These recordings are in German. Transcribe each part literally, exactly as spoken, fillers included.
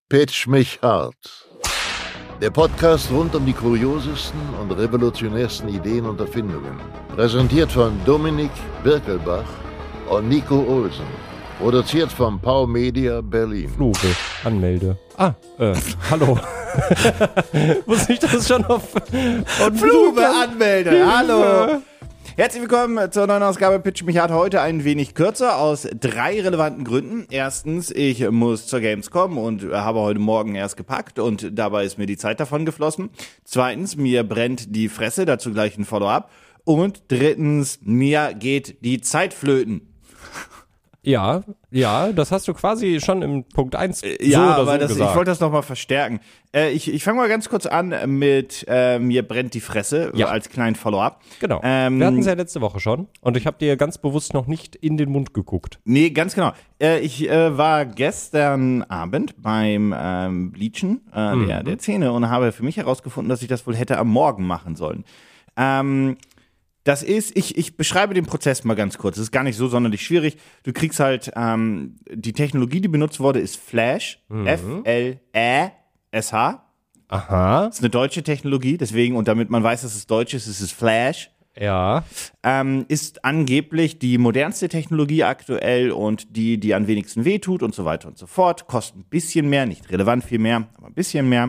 Pitch mich hart. Der Podcast rund um die kuriosesten und revolutionärsten Ideen und Erfindungen. Präsentiert von Dominik Birkelbach und Nico Olsen. Produziert von Pau Media Berlin. Flube, anmelde. Ah, äh, hallo. Wusste ich das schon auf... Flube, anmelde, hallo. Herzlich willkommen zur neuen Ausgabe Pitch mich hart. Heute ein wenig kürzer aus drei relevanten Gründen. Erstens, ich muss zur Gamescom und habe heute Morgen erst gepackt und dabei ist mir die Zeit davon geflossen. Zweitens, mir brennt die Fresse, dazu gleich ein Follow-up. Und drittens, mir geht die Zeit flöten. Ja, ja, das hast du quasi schon im Punkt eins so ja, oder aber so das, gesagt. Ich wollte das nochmal verstärken. Äh, ich ich fange mal ganz kurz an mit äh, mir brennt die Fresse, ja. als kleinen Follow-up. Genau, ähm, wir hatten es ja letzte Woche schon und ich habe dir ganz bewusst noch nicht in den Mund geguckt. Nee, ganz genau. Äh, ich äh, war gestern Abend beim ähm, Bleachen äh, mhm. der, der Zähne und habe für mich herausgefunden, dass ich das wohl hätte am Morgen machen sollen. Ähm... Das ist, ich, ich beschreibe den Prozess mal ganz kurz. Das ist gar nicht so sonderlich schwierig. Du kriegst halt, ähm, die Technologie, die benutzt wurde, ist Flash. Mhm. F L Ä S H. Aha. Das ist eine deutsche Technologie, deswegen, und damit man weiß, dass es deutsch ist, ist es Flash. Ja. Ähm, ist angeblich die modernste Technologie aktuell und die, die am wenigsten wehtut und so weiter und so fort. Kostet ein bisschen mehr, nicht relevant viel mehr, aber ein bisschen mehr.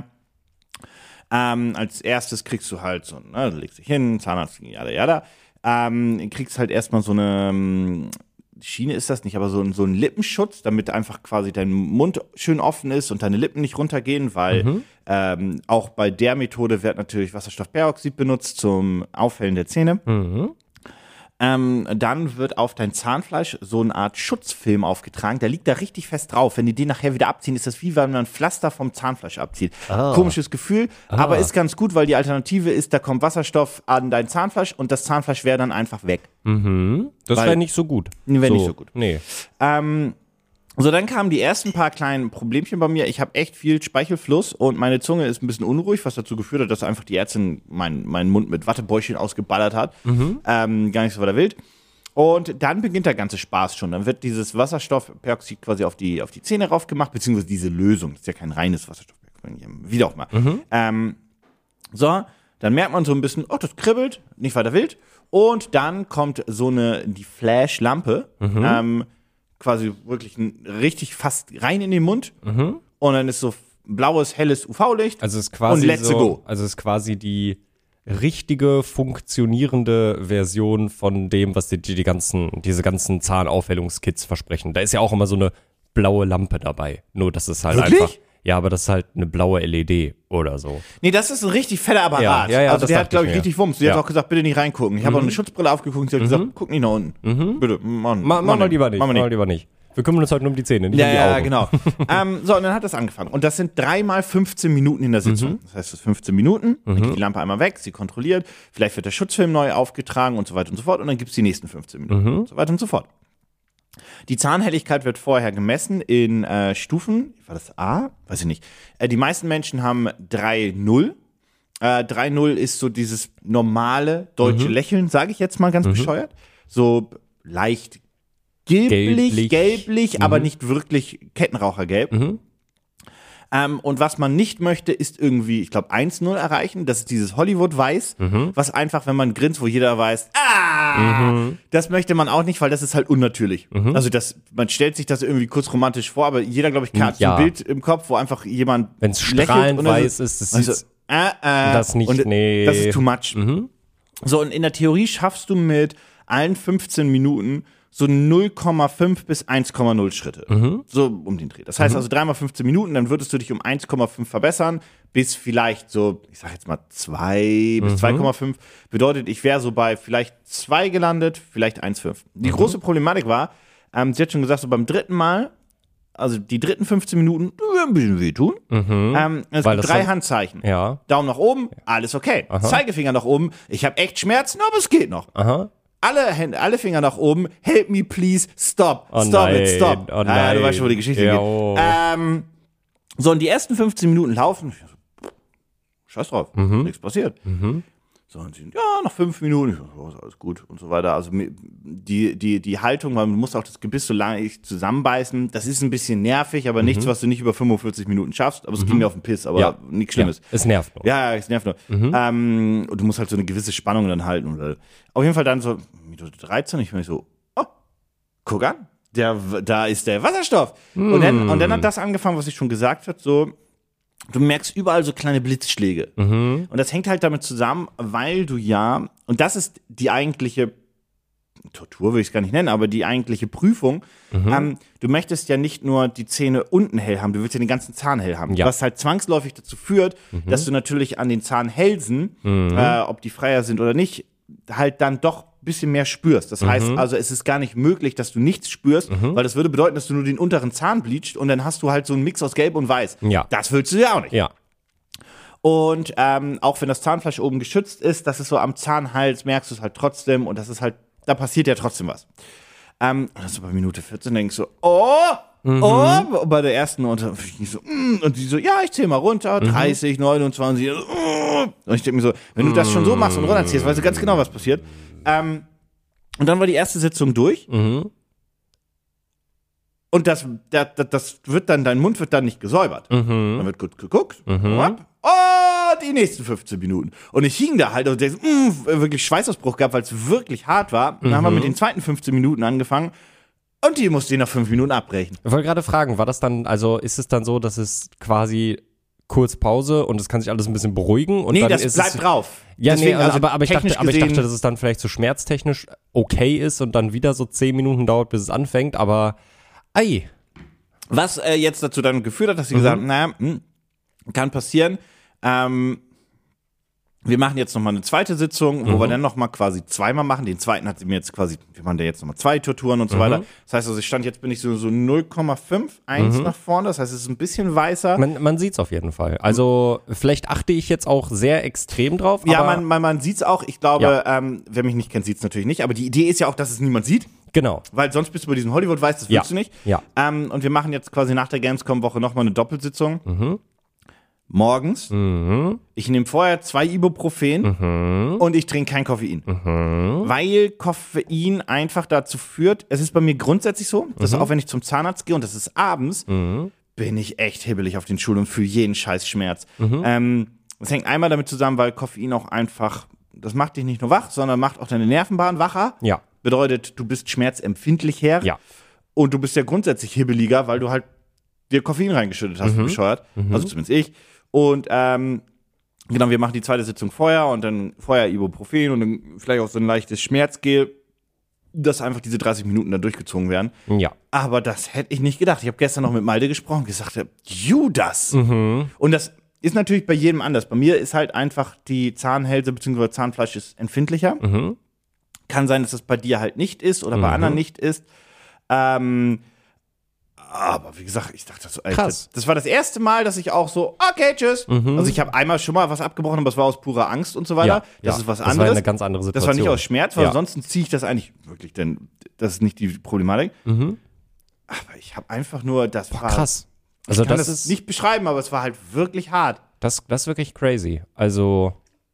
Ähm, als erstes kriegst du halt so, ne, du legst dich hin, Zahnarzt, jada, jada, ähm, kriegst halt erstmal so eine ähm, Schiene ist das nicht, aber so, so einen Lippenschutz, damit einfach quasi dein Mund schön offen ist und deine Lippen nicht runtergehen, weil mhm. ähm, auch bei der Methode wird natürlich Wasserstoffperoxid benutzt zum Aufhellen der Zähne. Mhm. Ähm, dann wird auf dein Zahnfleisch so eine Art Schutzfilm aufgetragen, der liegt da richtig fest drauf. Wenn die den nachher wieder abziehen, ist das wie wenn man ein Pflaster vom Zahnfleisch abzieht. Ah. Komisches Gefühl, ah. aber ist ganz gut, weil die Alternative ist, da kommt Wasserstoff an dein Zahnfleisch und das Zahnfleisch wäre dann einfach weg. Mhm. Das wäre nicht so gut. Wäre so. nicht so gut. Nee. Ähm, So, dann kamen die ersten paar kleinen Problemchen bei mir. Ich habe echt viel Speichelfluss und meine Zunge ist ein bisschen unruhig, was dazu geführt hat, dass einfach die Ärztin meinen mein Mund mit Wattebäuchchen ausgeballert hat. Mhm. Ähm, gar nicht so weiter wild. Und dann beginnt der ganze Spaß schon. Dann wird dieses Wasserstoffperoxid quasi auf die, auf die Zähne raufgemacht, beziehungsweise diese Lösung. Das ist ja kein reines Wasserstoffperoxid, wie auch immer. Mhm. Ähm, so, dann merkt man so ein bisschen, oh, das kribbelt, nicht weiter wild. Und dann kommt so eine, die Flash-Lampe, mhm. ähm, quasi wirklich ein, richtig fast rein in den Mund mhm. und dann ist so blaues, helles U V-Licht also ist quasi und let's so, go. Also ist quasi die richtige, funktionierende Version von dem, was die, die ganzen, diese ganzen Zahnaufhellungskits versprechen. Da ist ja auch immer so eine blaue Lampe dabei. Nur, dass es halt Wirklich? einfach... Ja, aber das ist halt eine blaue L E D oder so. Nee, das ist ein richtig fetter Apparat. Ja, ja, ja, also der hat, glaube ich, ich richtig Wumms. Die ja. hat auch gesagt, bitte nicht reingucken. Ich mhm. habe auch eine Schutzbrille aufgeguckt. Sie hat mhm. gesagt, guck nicht nach unten. Mhm. Bitte, Mann. Ma, mach mal lieber nicht. Mach mal lieber nicht. Wir kümmern uns heute nur um die Zähne, nicht ja, um die Augen. Ja, genau. ähm, so, und dann hat das angefangen. Und das sind dreimal fünfzehn Minuten in der Sitzung. Mhm. Das heißt, das ist fünfzehn Minuten, dann geht die Lampe einmal weg, sie kontrolliert, vielleicht wird der Schutzfilm neu aufgetragen und so weiter und so fort. Und dann gibt es die nächsten fünfzehn Minuten mhm. und so weiter und so fort. Die Zahnhelligkeit wird vorher gemessen in äh, Stufen. War das A? Weiß ich nicht. Äh, die meisten Menschen haben drei Komma null. Äh, drei Komma null ist so dieses normale deutsche mhm. Lächeln, sage ich jetzt mal ganz mhm. bescheuert. So leicht gelblich, gelblich, gelblich mhm. aber nicht wirklich Kettenrauchergelb. Mhm. Ähm, und was man nicht möchte, ist irgendwie, ich glaube, eins Komma null erreichen. Das ist dieses Hollywood-Weiß, mhm. was einfach, wenn man grinst, wo jeder weiß, ah, mhm. das möchte man auch nicht, weil das ist halt unnatürlich. Mhm. Also das, man stellt sich das irgendwie kurz romantisch vor, aber jeder, glaube ich, hat ja. ein Bild im Kopf, wo einfach jemand wenn es strahlend weiß ist, das also, ist äh, äh, das nicht, und nee. Das ist too much. Mhm. So, und in der Theorie schaffst du mit allen fünfzehn Minuten so null Komma fünf bis eins Komma null Schritte. Mhm. So um den Dreh. Das heißt mhm. also dreimal fünfzehn Minuten, dann würdest du dich um eins Komma fünf verbessern, bis vielleicht so, ich sag jetzt mal zwei bis zwei Komma fünf. Bedeutet, ich wäre so bei vielleicht zwei gelandet, vielleicht eins Komma fünf. Die mhm. große Problematik war, ähm, sie hat schon gesagt, so beim dritten Mal, also die dritten fünfzehn Minuten, ein bisschen wehtun. Mhm. Ähm, es Weil gibt drei dann, Handzeichen. Ja. Daumen nach oben, alles okay. Aha. Zeigefinger nach oben, ich habe echt Schmerzen, aber es geht noch. Aha. Alle Hände, alle Finger nach oben. Help me, please. Stop. Oh Stop nein. it. Stop. Oh nein. Ah, du weißt schon, wo die Geschichte ja, geht. Oh. Ähm, so, und die ersten fünfzehn Minuten laufen. Scheiß drauf. Mhm. Nichts passiert. Mhm. So, und sie, ja, noch fünf Minuten. Ich so, oh, ist alles gut und so weiter. Also die, die, die Haltung, weil man muss auch das Gebiss so lange zusammenbeißen. Das ist ein bisschen nervig, aber mhm. nichts, was du nicht über fünfundvierzig Minuten schaffst. Aber es mhm. ging mir auf den Piss, aber ja. nichts Schlimmes. Ja, es nervt nur. Ja, es nervt nur. Mhm. Ähm, und du musst halt so eine gewisse Spannung dann halten. Und, äh, auf jeden Fall dann so Minute dreizehn, ich bin so, oh, guck an, der, da ist der Wasserstoff. Mhm. Und, dann, und dann hat das angefangen, was ich schon gesagt habe, so, du merkst überall so kleine Blitzschläge. Mhm. Und das hängt halt damit zusammen, weil du ja, und das ist die eigentliche Tortur, will ich es gar nicht nennen, aber die eigentliche Prüfung, mhm. ähm, du möchtest ja nicht nur die Zähne unten hell haben, du willst ja den ganzen Zahn hell haben. Ja. Was halt zwangsläufig dazu führt, mhm. dass du natürlich an den Zahnhälsen, mhm. äh, ob die freier sind oder nicht, halt dann doch ein bisschen mehr spürst. Das mhm. heißt also, es ist gar nicht möglich, dass du nichts spürst, mhm. weil das würde bedeuten, dass du nur den unteren Zahn bleachst und dann hast du halt so einen Mix aus Gelb und Weiß. Ja. Das willst du ja auch nicht. Ja. Und ähm, auch wenn das Zahnfleisch oben geschützt ist, das ist so am Zahnhals, merkst du es halt trotzdem und das ist halt, da passiert ja trotzdem was. Ähm, und dann so bei Minute vierzehn denkst du, oh, mhm. oh, und bei der ersten und, so, mm, und die so, ja, ich zähl mal runter, mhm. dreißig, neunundzwanzig, oh. Und ich denke mir so, wenn du das schon so machst und runterziehst, weißt du ganz genau, was passiert. Ähm, und dann war die erste Sitzung durch. Mhm. Und das, das, das wird dann, dein Mund wird dann nicht gesäubert. Mhm. Dann wird gut geguckt. Mhm. Oh, die nächsten fünfzehn Minuten. Und ich hing da halt und der, mh, wirklich Schweißausbruch gehabt, weil es wirklich hart war. Und dann mhm. haben wir mit den zweiten fünfzehn Minuten angefangen. Und die musste ich nach fünf Minuten abbrechen. Ich wollte gerade fragen, war das dann, also ist es dann so, dass es quasi kurz Pause und es kann sich alles ein bisschen beruhigen? Und nee, dann das ist bleibt es, drauf. Ja, Deswegen, nee, also aber, aber, ich dachte, aber ich gesehen, dachte, dass es dann vielleicht so schmerztechnisch okay ist und dann wieder so zehn Minuten dauert, bis es anfängt, aber ei. Was äh, jetzt dazu dann geführt hat, dass sie mhm. gesagt haben, naja, mh, kann passieren. Ähm, wir machen jetzt nochmal eine zweite Sitzung, wo mhm. wir dann nochmal quasi zweimal machen. Den zweiten hat sie mir jetzt quasi, wir machen da jetzt nochmal zwei Torturen und so mhm. weiter. Das heißt also, ich stand jetzt, bin ich so, so null Komma fünf, eins mhm. nach vorne. Das heißt, es ist ein bisschen weißer. Man, man sieht es auf jeden Fall. Also vielleicht achte ich jetzt auch sehr extrem drauf. Ja, aber man, man, man sieht es auch. Ich glaube, ja. ähm, wer mich nicht kennt, sieht es natürlich nicht. Aber die Idee ist ja auch, dass es niemand sieht. Genau. Weil sonst bist du bei diesem Hollywood-Weiß, das willst ja. du nicht. Ja. Ähm, und wir machen jetzt quasi nach der Gamescom-Woche nochmal eine Doppelsitzung. Mhm. Morgens. Mhm. Ich nehme vorher zwei Ibuprofen mhm. und ich trinke kein Koffein. Mhm. Weil Koffein einfach dazu führt, es ist bei mir grundsätzlich so, dass mhm. auch wenn ich zum Zahnarzt gehe und das ist abends, mhm. bin ich echt hibbelig auf den Schulen und fühle jeden scheiß Schmerz. Mhm. Ähm, das hängt einmal damit zusammen, weil Koffein auch einfach, das macht dich nicht nur wach, sondern macht auch deine Nervenbahn wacher. Ja. Bedeutet, du bist schmerzempfindlicher. Ja. Und du bist ja grundsätzlich hibbeliger, weil du halt dir Koffein reingeschüttet hast, mhm. bescheuert. Mhm. Also zumindest ich. Und ähm, genau, wir machen die zweite Sitzung vorher und dann vorher Ibuprofen und dann vielleicht auch so ein leichtes Schmerzgel, dass einfach diese dreißig Minuten da durchgezogen werden. Ja. Aber das hätte ich nicht gedacht. Ich habe gestern noch mit Malte gesprochen und gesagt, Judas. Mhm. Und das ist natürlich bei jedem anders. Bei mir ist halt einfach die Zahnhälse bzw. Zahnfleisch ist empfindlicher. Mhm. Kann sein, dass das bei dir halt nicht ist oder bei mhm. anderen nicht ist. Ähm, aber wie gesagt, ich dachte so, Alter, krass. Das war das erste Mal, dass ich auch so, okay, tschüss. Mhm. Also ich habe einmal schon mal was abgebrochen, aber es war aus purer Angst und so weiter. Ja, das ja. ist was das anderes. Das war eine ganz andere Situation. Das war nicht aus Schmerz, weil ja. ansonsten ziehe ich das eigentlich wirklich, denn das ist nicht die Problematik. Mhm. Aber ich habe einfach nur, das Boah, war krass. Also ich kann das das ist nicht beschreiben, aber es war halt wirklich hart. Das, das ist wirklich crazy. Also,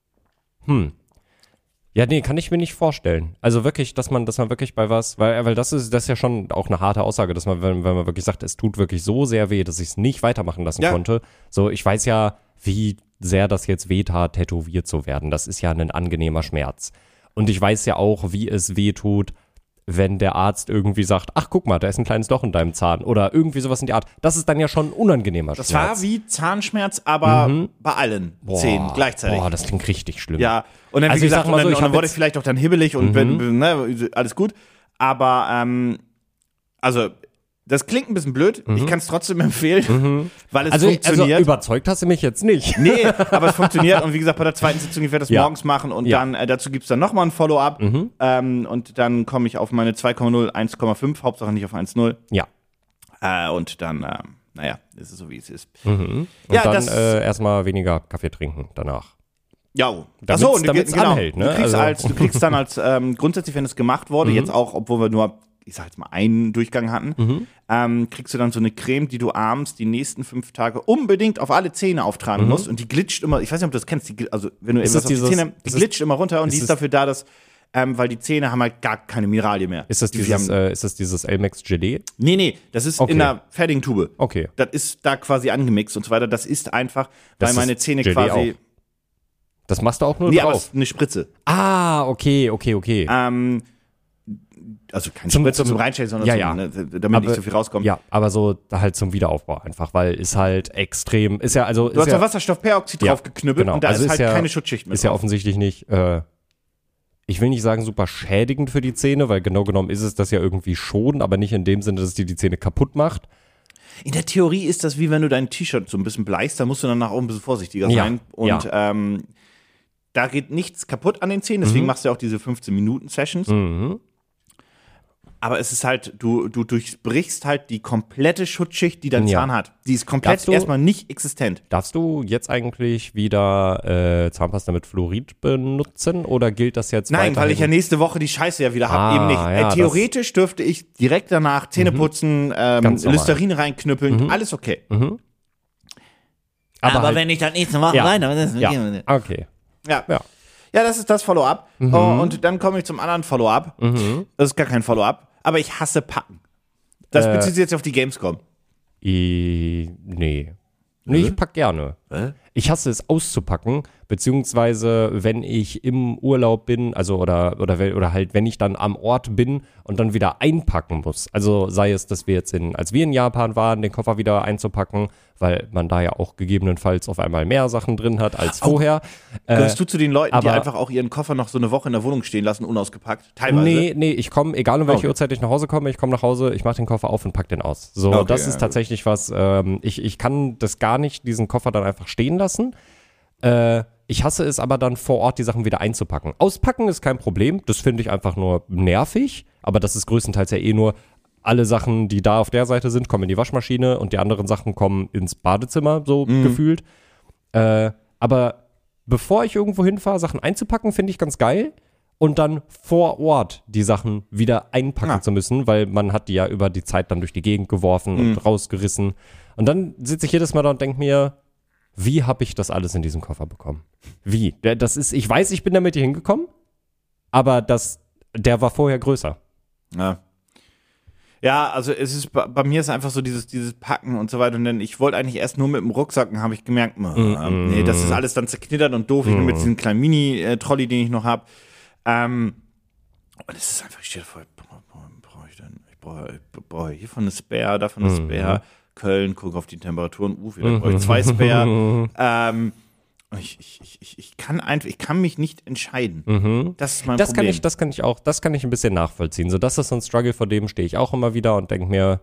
hm. Ja, nee, kann ich mir nicht vorstellen. Also wirklich, dass man, dass man wirklich bei was, weil, weil das ist, das ist ja schon auch eine harte Aussage, dass man, wenn, wenn man wirklich sagt, es tut wirklich so sehr weh, dass ich es nicht weitermachen lassen ja. konnte. So, ich weiß ja, wie sehr das jetzt weh tat, tätowiert zu werden. Das ist ja ein angenehmer Schmerz. Und ich weiß ja auch, wie es weh tut, wenn der Arzt irgendwie sagt, ach, guck mal, da ist ein kleines Loch in deinem Zahn oder irgendwie sowas in die Art. Das ist dann ja schon ein unangenehmer das Schmerz. Das war wie Zahnschmerz, aber mhm. bei allen boah, Zähnen gleichzeitig. Boah, das klingt richtig schlimm. Ja, und dann, also wie gesagt, ich sag mal so, und dann, ich und dann hab wurde jetzt- ich vielleicht auch dann hibbelig und Mhm. wenn, ne, alles gut. Aber, ähm, also, das klingt ein bisschen blöd. Ich kann es trotzdem empfehlen, weil es Also, funktioniert. also überzeugt hast du mich jetzt nicht. Nee, aber es funktioniert. Und wie gesagt, bei der zweiten Sitzung, ich werde das Ja. morgens machen und Ja. dann äh, dazu gibt es dann nochmal ein Follow-up. Mhm. Ähm, und dann komme ich auf meine zwei Komma null, eins Komma fünf, Hauptsache nicht auf eins Komma null. Ja. Äh, und dann, äh, naja, ist es so, wie es ist. Mhm. Und Ja, dann das- äh, erstmal weniger Kaffee trinken danach. Ja, Damit's- Achso, und du, damit's genau, anhält, ne? du kriegst Also- als, du kriegst dann als, ähm, grundsätzlich, wenn es gemacht wurde, Mhm. jetzt auch, obwohl wir nur ich sag jetzt mal, einen Durchgang hatten, Mhm. ähm, kriegst du dann so eine Creme, die du abends die nächsten fünf Tage unbedingt auf alle Zähne auftragen Mhm. musst. musst. Und die glitscht immer, ich weiß nicht, ob du das kennst, die, also wenn du Ist irgendwas das auf die dieses- Zähne, die ist es- glitscht immer runter und ist die ist es- dafür da, dass, ähm, weil die Zähne haben halt gar keine Mineralien mehr. Ist das die, sie dieses, haben, äh, ist das dieses Elmex Gelee? Nee, nee, das ist Okay. in einer fertigen Tube. Okay. Das ist da quasi angemixt und so weiter. Das ist einfach, Das weil ist meine Zähne Gelee quasi. auch. Das machst du auch nur Nee, aber es drauf? ist eine Spritze. Ah, okay, okay, okay. Ähm, also keine Zum- Spritze zum- zum Reinstellen, sondern Ja, zum, ja. ne, damit Aber- nicht so viel rauskommt. Ja, aber so halt zum Wiederaufbau einfach, weil ist halt extrem, ist ja also Du ist hast ja, da Wasserstoffperoxid Ja, drauf geknüppelt genau. und da Also ist ist halt ja- keine Schutzschicht mehr ist ja drauf. offensichtlich nicht, äh, ich will nicht sagen super schädigend für die Zähne, weil genau genommen ist es das ja irgendwie schon, aber nicht in dem Sinne, dass es dir die Zähne kaputt macht. In der Theorie ist das wie wenn du dein T-Shirt so ein bisschen bleichst, da musst du danach auch ein bisschen vorsichtiger Ja, sein. Und ähm, da geht nichts kaputt an den Zähnen, deswegen Mhm. machst du ja auch diese fünfzehn-Minuten-Sessions. Mhm. Aber es ist halt, du, du durchbrichst halt die komplette Schutzschicht, die dein Ja. Zahn hat. Die ist komplett Darfst du- erstmal nicht existent. Darfst du jetzt eigentlich wieder äh, Zahnpasta mit Fluorid benutzen oder gilt das jetzt Nein, weil ich ja weiterhin? nächste Woche die Scheiße ja wieder habe, Ah, eben nicht. ja, äh, theoretisch dürfte ich direkt danach Zähne putzen, ähm, Ganz normal. Listerin reinknüppeln, alles okay. Mhm. Aber, halt, wenn ich dann nächste Woche Ja. rein, dann ist ja, okay. Ja. Ja. Ja, das ist das Follow-up. Mhm. Oh, und dann komme ich zum anderen Follow-up. Das ist gar kein Follow-up, aber ich hasse Packen. Das Äh. bezieht sich jetzt auf die Gamescom. I, nee. Nee, ich pack gerne. Ich hasse es auszupacken, beziehungsweise wenn ich im Urlaub bin, also oder, oder, wenn- oder halt, wenn ich dann am Ort bin und dann wieder einpacken muss. Also sei es, dass wir jetzt in, als wir in Japan waren, den Koffer wieder einzupacken, weil man da ja auch gegebenenfalls auf einmal mehr Sachen drin hat als Oh. vorher. Äh, Gehörst du zu den Leuten, die aber- einfach auch ihren Koffer noch so eine Woche in der Wohnung stehen lassen, unausgepackt? Teilweise. Nee, nee, ich komme, egal um welche Okay. Uhrzeit ich nach Hause komme, ich komme nach Hause, ich mache den Koffer auf und pack den aus. So, Okay, das ja, ist gut. tatsächlich was, ähm, ich, ich kann das gar nicht, diesen Koffer dann einfach stehen lassen. Äh, ich hasse es aber dann vor Ort, die Sachen wieder einzupacken. Auspacken ist kein Problem, das finde ich einfach nur nervig, aber das ist größtenteils ja eh nur, alle Sachen, die da auf der Seite sind, kommen in die Waschmaschine und die anderen Sachen kommen ins Badezimmer, so Mhm. gefühlt. Äh, aber bevor ich irgendwo hinfahre, Sachen einzupacken, finde ich ganz geil. Und dann vor Ort die Sachen wieder einpacken Ja. zu müssen, weil man hat die ja über die Zeit dann durch die Gegend geworfen und Mhm. rausgerissen. Und dann sitze ich jedes Mal da und denke mir, wie habe ich das alles in diesem Koffer bekommen? Wie? Der- Das ist, ich weiß, ich bin damit hier hingekommen, aber das, der war vorher größer. Ja. Ja, also es ist bei, bei mir ist einfach so dieses, dieses Packen und so weiter. Und dann, ich wollte eigentlich erst nur mit dem Rucksack und habe ich gemerkt, mm, Mm, nee, das ist alles dann zerknittert und doof. Ich bin mit diesem kleinen Mini-Trolley, den ich noch habe. Ähm, und es ist einfach, ich stehe vor, brauche ich denn? Ich brauche ich brauche hiervon eine Spare, davon eine Spare. Köln, gucke auf die Temperaturen, uh, vielleicht brauche ich zwei Spare. ähm, und ich, ich, ich, ich, ich kann einfach, ich kann mich nicht entscheiden. Das ist mein Das kann Problem. ich, das kann ich auch, das kann ich ein bisschen nachvollziehen. So, das ist so ein Struggle, vor dem stehe ich auch immer wieder und denke mir,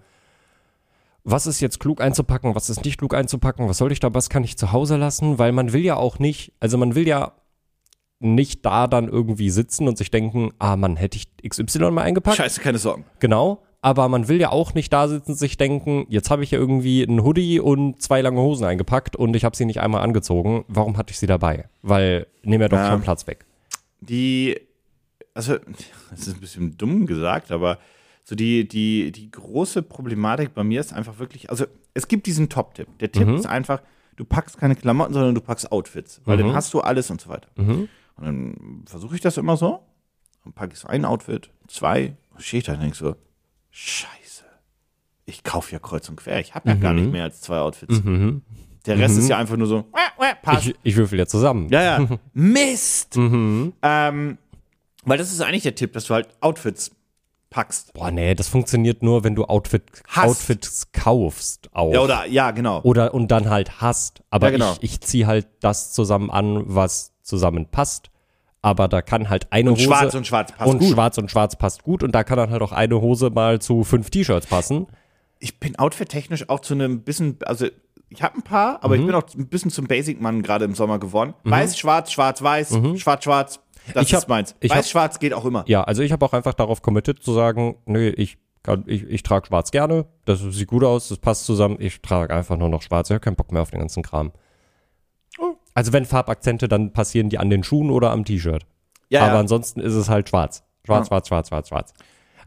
was ist jetzt klug einzupacken, was ist nicht klug einzupacken, was soll ich da, was kann ich zu Hause lassen, weil man will ja auch nicht, also man will ja nicht da dann irgendwie sitzen und sich denken, ah Mann, hätte ich X Y mal eingepackt. Scheiße, keine Sorgen. Genau, aber man will ja auch nicht da sitzen und sich denken, jetzt habe ich ja irgendwie einen Hoodie und zwei lange Hosen eingepackt und ich habe sie nicht einmal angezogen. Warum hatte ich sie dabei? Weil, nehmen ja doch Ja. schon Platz weg. Die, also, das ist ein bisschen dumm gesagt, aber so die, die, die große Problematik bei mir ist einfach wirklich, also es gibt diesen Top-Tipp. Der Tipp Mhm. ist einfach, du packst keine Klamotten, sondern du packst Outfits, weil Mhm. dann hast du alles und so weiter. Mhm. Und dann versuche ich das immer so, dann packe ich so ein Outfit, zwei, und stehe ich da und denke so, scheiße, ich kaufe ja kreuz und quer, ich habe ja gar Mhm. nicht mehr als zwei Outfits. Mhm. Der Rest Mhm. ist ja einfach nur so, äh, äh, passt. Ich, ich würfel ja zusammen. Ja, ja. Mist! Mhm. Ähm, weil das ist eigentlich der Tipp, dass du halt Outfits packst. Boah, nee, das funktioniert nur, wenn du Outfit, Hast. Outfits kaufst auch. Ja, oder, ja, genau. Oder und dann halt hast. Aber Ja, genau. ich, ich ziehe halt das zusammen an, was zusammenpasst. Aber da kann halt eine Und Hose. schwarz und schwarz passt und gut. schwarz und schwarz passt gut. Und da kann dann halt auch eine Hose mal zu fünf T-Shirts passen. Ich bin outfit-technisch auch zu einem bisschen, also ich habe ein paar, aber Mhm. ich bin auch ein bisschen zum Basic-Mann gerade im Sommer geworden. Weiß, schwarz, schwarz, weiß, schwarz, schwarz. Das Ich hab- ist meins. ich Weiß, hab- schwarz geht auch immer. Ja, also ich habe auch einfach darauf committed zu sagen, nö, ich, kann, ich, ich trage schwarz gerne. Das sieht gut aus, das passt zusammen. Ich trage einfach nur noch schwarz. Ich habe keinen Bock mehr auf den ganzen Kram. Oh. Also wenn Farbakzente, dann passieren die an den Schuhen oder am T-Shirt. Ja, Aber ja. ansonsten ist es halt schwarz. Schwarz, Ja. schwarz, schwarz, schwarz, schwarz.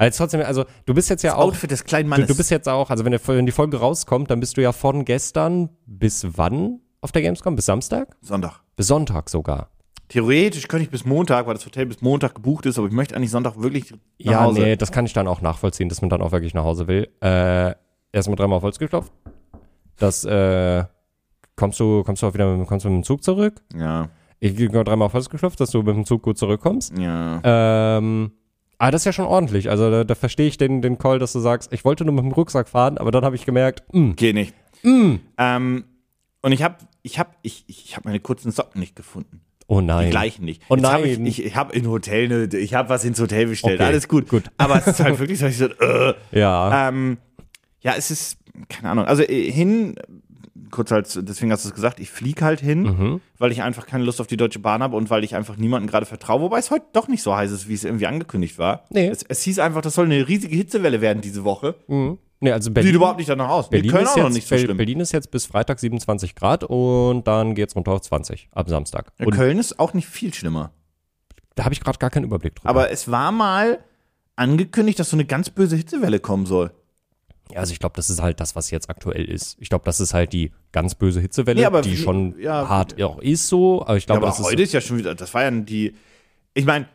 Also trotzdem, also du bist jetzt ja Das auch, Outfit des kleinen du, Mannes. du bist jetzt auch, also wenn, der, wenn die Folge rauskommt, dann bist du ja von gestern bis wann auf der Gamescom? Bis Samstag? Sonntag. Bis Sonntag sogar. Theoretisch könnte ich bis Montag, weil das Hotel bis Montag gebucht ist, aber ich möchte eigentlich Sonntag wirklich nach Ja, Hause. nee, das kann ich dann auch nachvollziehen, dass man dann auch wirklich nach Hause will. Äh, erstmal dreimal auf Holz geklopft. Das, äh, kommst du, kommst du auch wieder mit, kommst du mit dem Zug zurück? Ja, Ich habe dreimal auf Holz geklopft, dass du mit dem Zug gut zurückkommst. ja. Ähm, aber das ist ja schon ordentlich. Also da, da verstehe ich den, den Call, dass du sagst, ich wollte nur mit dem Rucksack fahren, aber dann habe ich gemerkt, mh, Geht nicht. mh. Ähm, und ich habe ich hab, ich, ich hab meine kurzen Socken nicht gefunden. Oh Die nein. gleichen nicht. Oh Jetzt hab nein. Ich, ich, ich habe in Hotel, ne, ich habe was ins Hotel bestellt. Okay, Alles gut. gut. Aber es ist halt wirklich so, ich so, äh, Ja. ähm, ja, es ist, keine Ahnung, also äh, hin, kurz als, deswegen hast du es gesagt, ich fliege halt hin, Mhm. weil ich einfach keine Lust auf die Deutsche Bahn habe und weil ich einfach niemandem gerade vertraue, wobei es heute doch nicht so heiß ist, wie es irgendwie angekündigt war. Nee. Es, es hieß einfach, das soll eine riesige Hitzewelle werden diese Woche. Mhm. Nee, also Sieht Berlin, überhaupt nicht danach aus. Berlin, Die können ist auch noch jetzt, nicht so Be- schlimm. Berlin ist jetzt bis Freitag siebenundzwanzig Grad und dann geht's runter auf zwanzig ab Samstag. Ja, Und Köln ist auch nicht viel schlimmer. da habe ich gerade gar keinen Überblick drüber. Aber es war mal angekündigt, dass so eine ganz böse Hitzewelle kommen soll. Ja, also ich glaube, das ist halt das, was jetzt aktuell ist. Ich glaube, das ist halt die ganz böse Hitzewelle, Nee, aber die wie- schon ja, hart auch ist so. Aber ich Ja, glaube, aber das heute ist ist ja schon wieder, das war ja die, ich meine,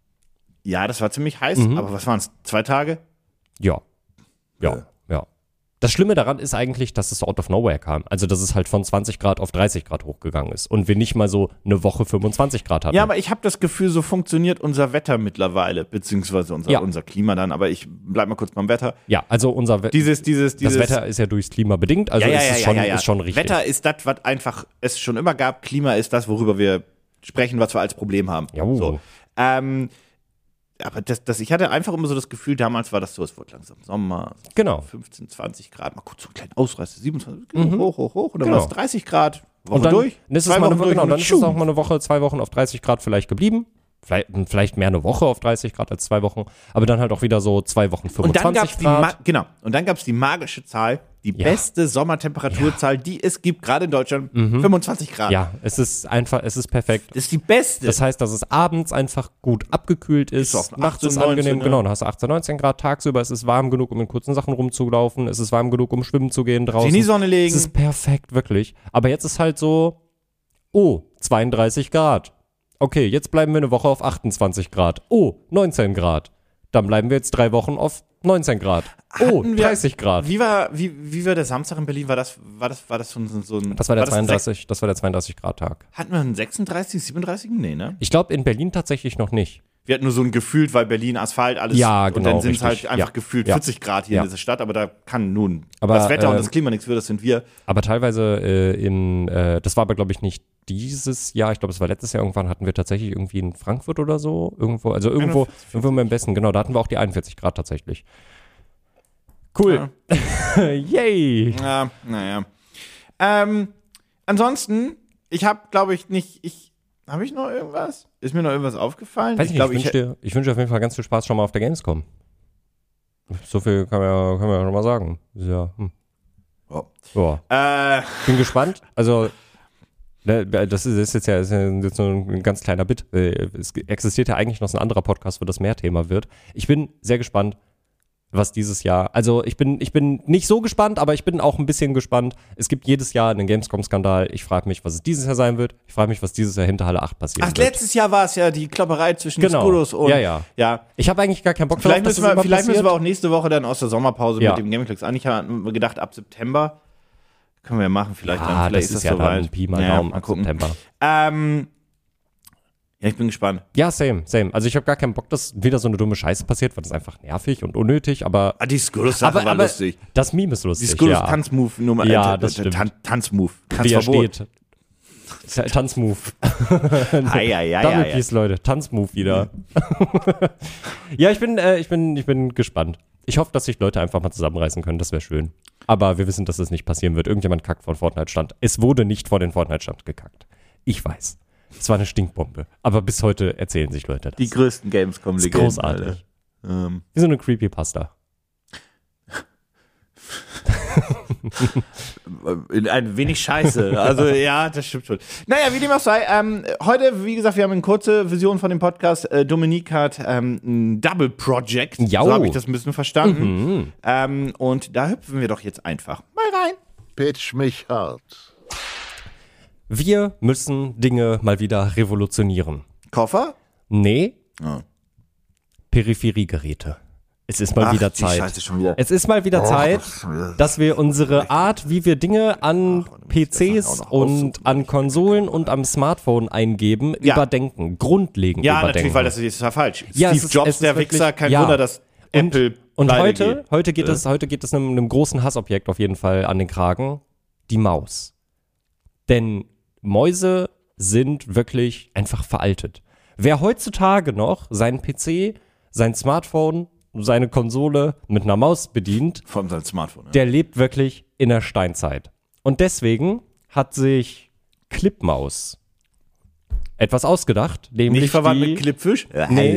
ja, das war ziemlich heiß, Mhm. aber was waren es, zwei Tage? ja, ja, Äh. ja. Das Schlimme daran ist eigentlich, dass es so out of nowhere kam. Also, dass es halt von zwanzig Grad auf dreißig Grad hochgegangen ist und wir nicht mal so eine Woche fünfundzwanzig Grad hatten. Ja, aber ich habe das Gefühl, so funktioniert unser Wetter mittlerweile, beziehungsweise unser, Ja. unser Klima dann, aber ich bleib mal kurz beim Wetter. Ja, also unser We Dieses, dieses, dieses. das Wetter ist ja durchs Klima bedingt, also ja, ja, ist ja, es ja, schon, ja, ja. ist schon richtig. Wetter ist das, was einfach es schon immer gab. Klima ist das, worüber wir sprechen, was wir als Problem haben. Ja. So. Ähm, aber das, das, ich hatte einfach immer so das Gefühl, damals war das so, es wurde langsam Sommer, so Genau. fünfzehn, zwanzig Grad, mal kurz so einen kleinen Ausreißer, siebenundzwanzig, Mhm. hoch, hoch, hoch, und dann Genau. war es dreißig Grad, Woche Und dann, durch, dann ist es zwei mal Wochen eine, durch genau, und dann ist tschuh. es auch mal eine Woche, zwei Wochen auf dreißig Grad vielleicht geblieben. Vielleicht, vielleicht mehr eine Woche auf dreißig Grad als zwei Wochen, aber dann halt auch wieder so zwei Wochen Und dann fünfundzwanzig gab's die, Grad. Ma- genau, und dann gab es die magische Zahl, die Ja. beste Sommertemperaturzahl, die es gibt, gerade in Deutschland, fünfundzwanzig Grad. Ja, es ist einfach, es ist perfekt. Das ist die beste. Das heißt, dass es abends einfach gut abgekühlt ist, Ist auf nachts ist achtzehn, angenehm, neunzehn, genau, dann hast du achtzehn, neunzehn Grad tagsüber, es ist warm genug, um in kurzen Sachen rumzulaufen, es ist warm genug, um schwimmen zu gehen draußen. in die Sonne legen. Es ist perfekt, wirklich. Aber jetzt ist halt so, oh, zweiunddreißig Grad. Okay, jetzt bleiben wir eine Woche auf achtundzwanzig Grad. Oh, neunzehn Grad. Dann bleiben wir jetzt drei Wochen auf neunzehn Grad. Oh, Hatten wir- dreißig Grad. Wie war, wie, wie war der Samstag in Berlin? War das, war das, war das so ein, so ein Das war der ein Sech- zweiunddreißig, das war der zweiunddreißig Grad Tag. Hatten wir einen sechsunddreißig, siebenunddreißig? Nee, ne? Ich glaube in Berlin tatsächlich noch nicht. Wir hatten nur so ein Gefühl, weil Berlin Asphalt, alles. Ja, Und genau, dann sind es halt richtig. einfach Ja. gefühlt Ja. vierzig Grad hier Ja. in dieser Stadt, aber da kann nun Aber, das Wetter und äh, das Klima nichts für, das sind wir. Aber teilweise äh, in, äh, das war aber glaube ich nicht dieses Jahr, ich glaube es war letztes Jahr irgendwann, hatten wir tatsächlich irgendwie in Frankfurt oder so, irgendwo, also irgendwo, einundvierzig, irgendwo im Besten, genau, da hatten wir auch die einundvierzig Grad tatsächlich. Cool. Yay. Ja, naja. Ähm, ansonsten, ich habe, glaube ich, nicht, ich, habe ich noch irgendwas? Ist mir noch irgendwas aufgefallen? Weiß ich, glaub, nicht, ich wünsche dir, ich wünsche dir auf jeden Fall ganz viel Spaß schon mal auf der Gamescom. So viel kann man ja, kann man ja schon mal sagen. Ja, hm. Oh. ja. Äh, Bin gespannt. Also, ne, das ist, ist jetzt ja ist ja jetzt so ein ganz kleiner Bit. Äh, Es existiert ja eigentlich noch so ein anderer Podcast, wo das mehr Thema wird. Ich bin sehr gespannt, was dieses Jahr, also ich bin, ich bin nicht so gespannt, aber ich bin auch ein bisschen gespannt. Es gibt jedes Jahr einen Gamescom-Skandal. Ich frage mich, was es dieses Jahr sein wird. Ich frage mich, was dieses Jahr hinter Halle acht passieren ach, wird. letztes Jahr war es ja die Klopperei zwischen Genau. Scudos und. Ja, ja. Ja. Ich habe eigentlich gar keinen Bock Vielleicht, drauf, dass müssen das wir, immer vielleicht müssen passiert. wir auch nächste Woche dann aus der Sommerpause Ja. mit dem Gaming Clicks an. Ich habe mir gedacht, ab September können wir ja machen. Vielleicht dann. Ah, Vielleicht das ist ja soweit. dann Pi mal Ja, Daumen mal ab gucken. September. Ähm, ja, ich bin gespannt. Ja, same, same. Also ich habe gar keinen Bock, dass wieder so eine dumme Scheiße passiert, weil das ist einfach nervig und unnötig, aber Ah, die Scudos-Sache war lustig. das Meme ist Die lustig, Scudos ja. Tanzmove Nummer Ja, äh, das Tan- stimmt. Tan- Tanzmove. Wie er Tanzverbot. steht. Ta- Tanzmove. Ei, ei, ei, Double ei, ei. Piece, Leute. Tanzmove wieder. Ja, ich bin, äh, ich bin, ich bin gespannt. Ich hoffe, dass sich Leute einfach mal zusammenreißen können. Das wäre schön. Aber wir wissen, dass das nicht passieren wird. Irgendjemand kackt von Fortnite-Stand. Es wurde nicht vor den Fortnite-Stand gekackt. Ich weiß. Es war eine Stinkbombe. Aber bis heute erzählen sich Leute das. Die größten Das ist Gamescom-Legenden. großartig. Alter. Ähm, Wie so eine Creepypasta. Ein wenig scheiße. Also ja, das stimmt schon. Naja, wie dem auch sei, ähm, heute, wie gesagt, wir haben eine kurze Version von dem Podcast. Äh, Dominique hat ähm, ein Double Project. Jau. So habe ich das ein bisschen verstanden. Mhm. Ähm, und da hüpfen wir doch jetzt einfach mal rein. Pitch mich hart. Wir müssen Dinge mal wieder revolutionieren. Koffer? Nee, Oh. Peripheriegeräte. Es ist mal Ach, wieder die Zeit. Scheiße schon wieder. Es ist mal wieder Oh, Zeit, schon wieder. dass wir unsere Art, wie wir Dinge an Ach, und dann P muss ich das Cs auch noch und aussuchen. an Konsolen und am Smartphone eingeben, Ja. überdenken, grundlegend Ja, überdenken. natürlich, weil das ist ja falsch. Ja, es Steve ist- Jobs, es ist der wirklich- Wichser, kein ja. Wunder, dass Apple Und pleite heute, geht. heute geht Ja. es, heute geht es einem, einem großen Hassobjekt auf jeden Fall an den Kragen, die Maus. Denn Mäuse sind wirklich einfach veraltet. Wer heutzutage noch seinen P C, sein Smartphone, seine Konsole mit einer Maus bedient, Vor allem sein Smartphone. Ja. der lebt wirklich in der Steinzeit. Und deswegen hat sich Clipmaus etwas ausgedacht, nämlich Nicht verwandt die, mit Clipfish?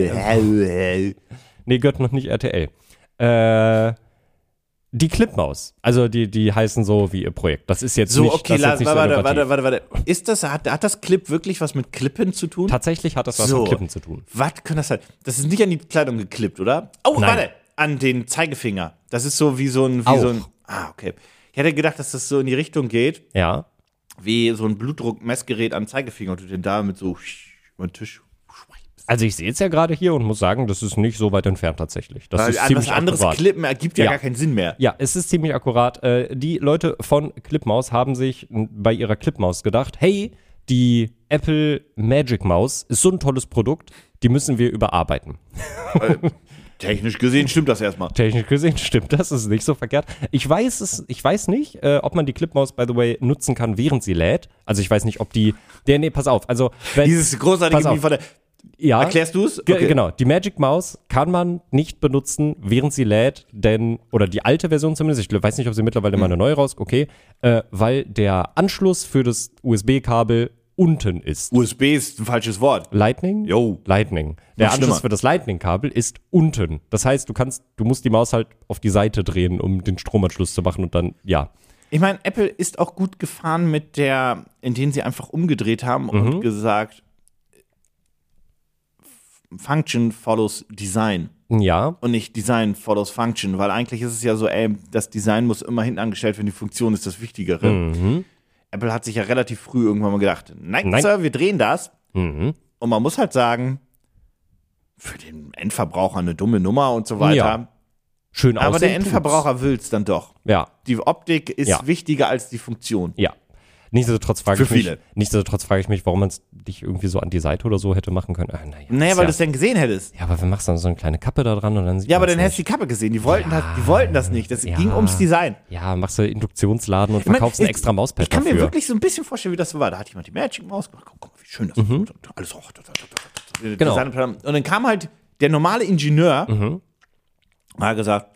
Nee. Nee, gehört noch nicht R T L. Äh, die Clipmaus. Also die, die heißen so wie ihr Projekt. Das ist jetzt So, nicht, okay, das ist lass, jetzt nicht warte, so warte, innovativ. warte, warte, warte. Ist das, hat, hat das Clip wirklich was mit Klippen zu tun? Tatsächlich hat das was So. mit Klippen zu tun. Was kann das sein? Das ist nicht an die Kleidung geklippt, oder? Oh, Nein. warte, an den Zeigefinger. Das ist so wie so ein, wie Auch. so ein. Ah, okay. Ich hätte gedacht, dass das so in die Richtung geht, Ja. wie so ein Blutdruckmessgerät am Zeigefinger und du den da mit so über den Tisch. Also ich sehe es ja gerade hier und muss sagen, das ist nicht so weit entfernt tatsächlich. Das Weil ist an ziemlich was anderes akkurat. Klippen ergibt ja, Ja. gar keinen Sinn mehr. Ja, es ist ziemlich akkurat. Äh, die Leute von Clipmaus haben sich n- bei ihrer Clipmaus gedacht, hey, die Apple Magic Maus ist so ein tolles Produkt, die müssen wir überarbeiten. Technisch gesehen stimmt das erstmal. Technisch gesehen stimmt das, ist nicht so verkehrt. Ich weiß es, ich weiß nicht, äh, ob man die Clipmaus, by the way, nutzen kann, während sie lädt. Also ich weiß nicht, ob die, der, nee, pass auf, also wenn, Dieses großartige Pass auf. Meme von der. ja, Erklärst du es? Ge- Genau, die Magic Maus kann man nicht benutzen, während sie lädt, denn, oder die alte Version zumindest, ich glaub- weiß nicht, ob sie mittlerweile mal eine neue rauskommt, okay, äh, weil der Anschluss für das U S B-Kabel unten ist. U S B ist ein falsches Wort. Lightning? Jo. Lightning. Der Noch Anschluss schlimmer. für das Lightning-Kabel ist unten. Das heißt, du kannst, du musst die Maus halt auf die Seite drehen, um den Stromanschluss zu machen und dann, ja. Ich meine, Apple ist auch gut gefahren mit der, in denen sie einfach umgedreht haben Mhm. und gesagt, Function follows Design Ja, und nicht Design follows Function, weil eigentlich ist es ja so, ey, das Design muss immer hinten angestellt werden, die Funktion ist das Wichtigere. mhm. Apple hat sich ja relativ früh irgendwann mal gedacht, nein, Nein. Sir, wir drehen das. Mhm. Und man muss halt sagen, für den Endverbraucher eine dumme Nummer und so weiter. Ja. Schön Aber der aussehen tut's. Endverbraucher will es dann doch. Ja, Die Optik ist Ja. wichtiger als die Funktion. ja. Nichtsdestotrotz frage Für ich mich, viele. nichtsdestotrotz frage ich mich, warum man es nicht irgendwie so an die Seite oder so hätte machen können. Ah, naja, Naja, ist weil ja, du es dann gesehen hättest. ja, aber wir machst dann so eine kleine Kappe da dran und dann sieht Ja, aber man's dann hättest du nicht. die Kappe gesehen. Die wollten, das, die wollten das nicht. Das Ja. ging ums Design. Ja, machst du Induktionsladen und Ich mein, verkaufst ein ich- extra Mauspad Ich kann dafür. mir wirklich so ein bisschen vorstellen, wie das so war. Da hat jemand die Magic Maus gemacht. Guck, guck mal, wie schön das ist. Alles auch. Mhm. Genau. Und dann kam halt der normale Ingenieur Mhm. und hat gesagt,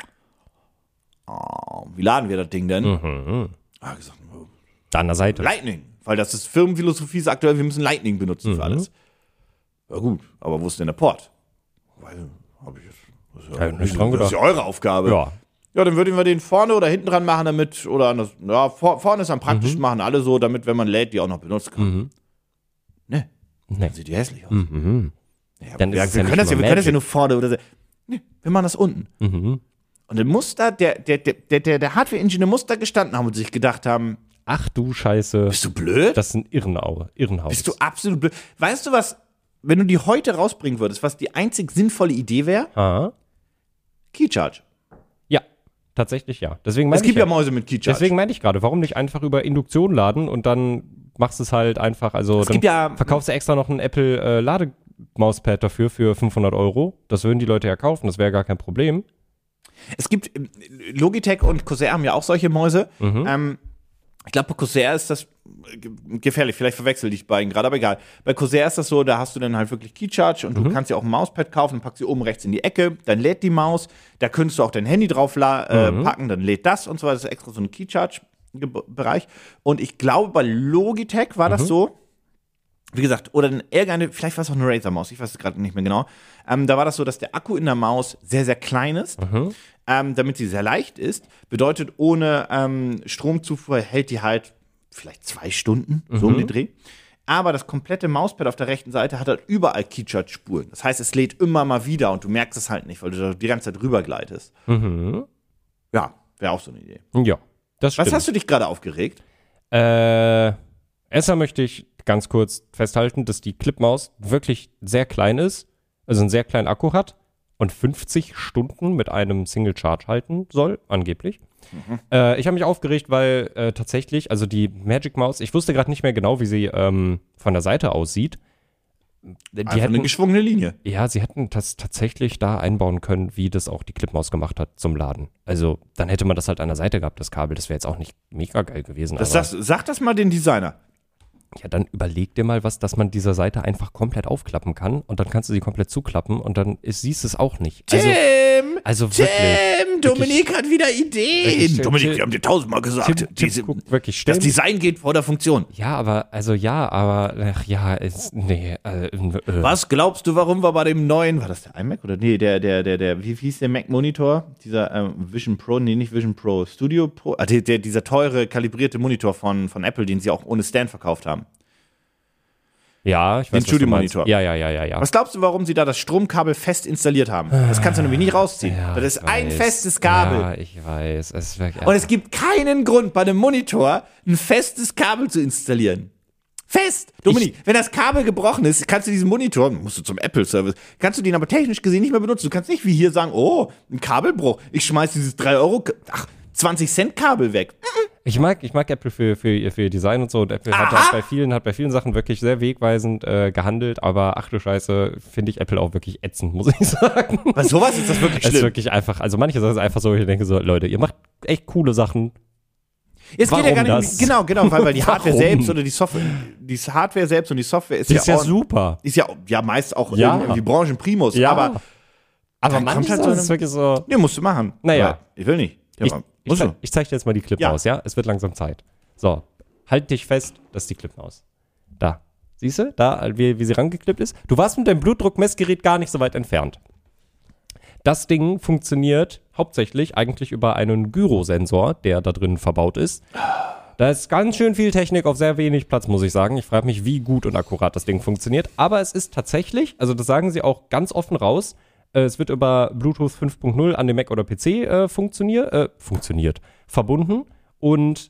oh, wie laden wir das Ding denn? Mhm. Er hat gesagt, oh, Da an der Seite. Lightning. Weil das ist Firmenphilosophie, ist aktuell, wir müssen Lightning benutzen Mhm. für alles. Ja gut, aber wo ist denn der Port? Weil, hab ich jetzt, das ist ja, Ja, nicht dran das ist ja eure Aufgabe. Ja. Ja, dann würden wir den vorne oder hinten dran machen, damit, oder anders, ja, vor, vorne ist am praktischsten, machen alle so, damit, wenn man lädt, die auch noch benutzen kann. Mhm. Ne, Nee. dann sieht die hässlich aus. Mhm. Ja, Dann ist ja, es wir ja können nicht das ja, mal wir können das ja Magic. nur vorne oder so. Nee, wir machen das unten. Mhm. Und dann muss da der, der, der, der, der, der Hardware-Ingenieur muss da gestanden haben und sich gedacht haben, Ach du Scheiße. bist du blöd? Das ist ein Irrenau, Irrenhaus. Bist du absolut blöd? Weißt du was, wenn du die heute rausbringen würdest, was die einzig sinnvolle Idee wäre? Ah. Keycharge. Ja, tatsächlich ja. Deswegen Es meine ich gibt ja ja, Mäuse mit Keycharge. deswegen meine ich gerade, warum nicht einfach über Induktion laden und dann machst du es halt einfach, also Es dann gibt ja- verkaufst du extra noch ein Apple äh, Lademauspad dafür für fünfhundert Euro. Das würden die Leute ja kaufen, das wäre gar kein Problem. Es gibt, ähm, Logitech und Corsair haben ja auch solche Mäuse. Mhm. Ähm, ich glaube, bei Corsair ist das äh, ge- gefährlich. Vielleicht verwechsel ich beiden gerade, aber egal. Bei Corsair ist das so, da hast du dann halt wirklich Keycharge und du kannst ja auch ein Mauspad kaufen, dann packst du oben rechts in die Ecke, dann lädt die Maus, da könntest du auch dein Handy drauf la- äh, packen, dann lädt das und so weiter. Das ist extra so ein Keycharge-Bereich. Und ich glaube, bei Logitech war das so, Wie gesagt, oder eine, irgendeine, vielleicht war es auch eine Razer-Maus, ich weiß es gerade nicht mehr genau. Ähm, da war das so, dass der Akku in der Maus sehr, sehr klein ist, Mhm. ähm, damit sie sehr leicht ist. Bedeutet, ohne ähm, Stromzufuhr hält die halt vielleicht zwei Stunden, so um den Dreh. Aber das komplette Mauspad auf der rechten Seite hat halt überall Keychart-Spuren. Das heißt, es lädt immer mal wieder und du merkst es halt nicht, weil du da die ganze Zeit rübergleitest. Mhm. Ja, wäre auch so eine Idee. Ja, das stimmt. Was hast du dich gerade aufgeregt? Äh, erstmal möchte ich ganz kurz festhalten, dass die Clipmaus wirklich sehr klein ist, also einen sehr kleinen Akku hat und fünfzig Stunden mit einem Single Charge halten soll, angeblich. Mhm. Äh, ich habe mich aufgeregt, weil äh, tatsächlich, also die Magic Maus, ich wusste gerade nicht mehr genau, wie sie ähm, von der Seite aussieht. Die Einfach hätten, eine geschwungene Linie. ja, sie hätten das tatsächlich da einbauen können, wie das auch die Clipmaus gemacht hat zum Laden. Also dann hätte man das halt an der Seite gehabt, das Kabel. Das wäre jetzt auch nicht mega geil gewesen. Das, aber das, sag das mal den Designer. ja, dann überleg dir mal was, dass man diese Seite einfach komplett aufklappen kann und dann kannst du sie komplett zuklappen und dann ist, siehst du es auch nicht. Also, Tim! also Tim! wirklich. Dominik hat wieder Ideen! Wirklich, Dominik, Tim- wir haben dir tausendmal gesagt, Tim, Tim, diese, guck, wirklich, das stell, Design geht vor der Funktion. ja, aber, also ja, aber, ach, ja, ist, nee, äh, äh, Was glaubst du, warum wir bei dem neuen, war das der iMac oder nee, der, der, der, der, wie hieß der Mac-Monitor? Dieser ähm, Vision Pro, nee, nicht Vision Pro, Studio Pro, ah, der, der, dieser teure, kalibrierte Monitor von, von Apple, den sie auch ohne Stand verkauft haben. ja, ich weiß, was du Studio-Monitor. meinst. Ja, ja, ja, ja, ja. Was glaubst du, warum sie da das Stromkabel fest installiert haben? Das kannst du nämlich nicht rausziehen. Ja, das ist ich ein weiß. festes Kabel. Ja, ich weiß. Es ist wirklich, Und es gibt keinen Grund, bei einem Monitor ein festes Kabel zu installieren. Fest! Dominik, wenn das Kabel gebrochen ist, kannst du diesen Monitor, musst du zum Apple-Service, kannst du den aber technisch gesehen nicht mehr benutzen. Du kannst nicht wie hier sagen, oh, ein Kabelbruch. Ich schmeiß dieses drei Euro, ach, zwanzig Cent Kabel weg. Ich mag, ich mag Apple für, für, für ihr Design und so. Und Apple hat, Aha. hat bei vielen, hat bei vielen Sachen wirklich sehr wegweisend äh, gehandelt, aber ach du Scheiße, finde ich Apple auch wirklich ätzend, muss ich sagen. Bei sowas ist das wirklich Es ist schlimm. wirklich einfach, also manche Sachen ist einfach so, ich denke so, Leute, ihr macht echt coole Sachen. Es geht ja Warum gar nicht um das? die, genau, genau, weil, weil die Hardware Warum? selbst oder die Software, die Hardware selbst und die Software ist Die ja, ist ja ordn- super. ist ja, ja meist auch Ja. irgendwie Branchenprimus, Ja. aber aber dann manche kommt halt so Sachen eine- ist wirklich so. nee, musst du machen. Naja. Aber ich will nicht. Ja, Ich, aber ich, musst zeig, du. ich zeig dir jetzt mal die Clip Ja. aus, ja? Es wird langsam Zeit. So, halt dich fest, das ist die Clip aus. Da. Siehst du? Da, wie, wie sie rangeklippt ist. Du warst mit deinem Blutdruckmessgerät gar nicht so weit entfernt. Das Ding funktioniert hauptsächlich eigentlich über einen Gyrosensor, der da drin verbaut ist. Da ist ganz schön viel Technik auf sehr wenig Platz, muss ich sagen. Ich frage mich, wie gut und akkurat das Ding funktioniert. Aber es ist tatsächlich, also das sagen sie auch ganz offen raus, äh, es wird über Bluetooth fünf Punkt null an dem Mac oder P C äh, funktioniert, äh, funktioniert, verbunden. Und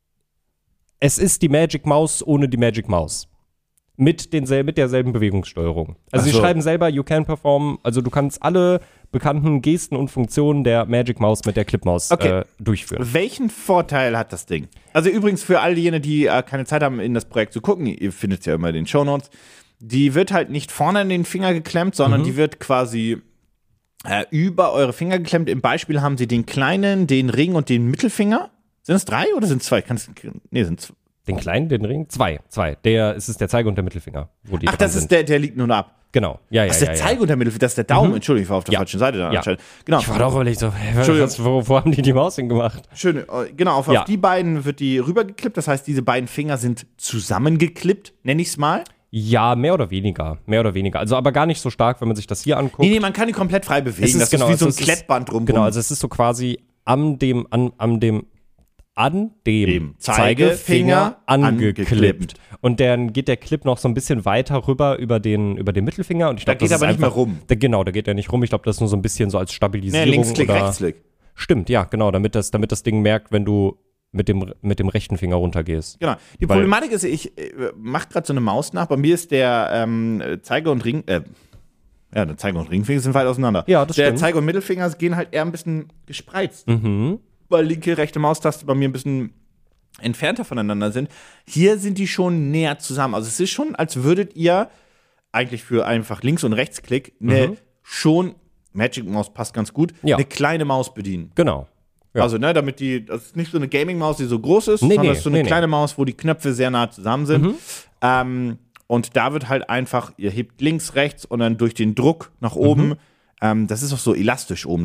es ist die Magic Maus ohne die Magic Maus. Mit, densel- mit derselben Bewegungssteuerung. Also Ach sie so. schreiben selber, you can perform, also du kannst alle bekannten Gesten und Funktionen der Magic Maus mit der Clip-Maus Okay. äh, durchführen. Welchen Vorteil hat das Ding? Also übrigens für all jene, die äh, keine Zeit haben, in das Projekt zu gucken, ihr findet es ja immer in den Shownotes, die wird halt nicht vorne an den Finger geklemmt, sondern Mhm. die wird quasi äh, über eure Finger geklemmt. Im Beispiel haben sie den kleinen, den Ring und den Mittelfinger. Sind es drei oder sind es zwei? Kannst, nee, sind zwei. Den kleinen, den Ring? Zwei, zwei. Der, es ist der Zeige und der Mittelfinger, wo die Ach, dran das sind. ist der, der liegt nun ab. Genau, ja, ja, Das ist ja. der ja. Zeige und der Mittelfinger, das ist der Daumen. Mhm. Entschuldigung, ich war auf der Ja. falschen Seite dann Ja. anscheinend. Genau. Ich war doch überlegt so, hä, Entschuldigung. was, wo, wo haben die die Maus hingemacht? Schön, äh, genau, auf, Ja. auf die beiden wird die rübergeklippt. Das heißt, diese beiden Finger sind zusammengeklippt, nenne ich es mal. Ja, mehr oder weniger, mehr oder weniger. Also aber gar nicht so stark, wenn man sich das hier anguckt. Nee, nee, man kann die komplett frei bewegen. Es ist das genau, ist wie so ein also es ist- Klettband drumherum. Genau, also es ist so quasi an dem, an, an dem, an dem, Dem Zeigefinger Zeigefinger angeklippt. angeklippt. Und dann geht der Clip noch so ein bisschen weiter rüber über den, über den Mittelfinger. Und ich Da glaub, geht das ist aber nicht mehr einfach- rum. Da, genau, da geht er nicht rum. Ich glaube, das ist nur so ein bisschen so als Nee, Stabilisierung. Linksklick, oder, Rechtsklick. Stimmt, ja, genau, damit das, damit das Ding merkt, wenn du mit dem, mit dem rechten Finger runtergehst. Genau. Die Weil- Problematik ist, ich äh, mache gerade so eine Maus nach. Bei mir ist der ähm, Zeige und Ring, äh, ja, der Zeige und Ringfinger sind weit auseinander. Ja, das der stimmt. Zeige und Mittelfinger gehen halt eher ein bisschen gespreizt. Mhm. Weil linke, rechte Maustaste bei mir ein bisschen entfernter voneinander sind. Hier sind die schon näher zusammen. Also es ist schon, als würdet ihr eigentlich für einfach Links- und Rechtsklick eine Mhm. schon, Magic Maus passt ganz gut, Ja. eine kleine Maus bedienen. Genau. Ja. Also, ne, damit die, das ist nicht so eine Gaming-Maus, die so groß ist, Nee, sondern nee, das ist so eine nee, nee. kleine Maus, wo die Knöpfe sehr nah zusammen sind. Mhm. Ähm, und da wird halt einfach, ihr hebt links, rechts und dann durch den Druck nach oben, Mhm. ähm, das ist auch so elastisch oben, das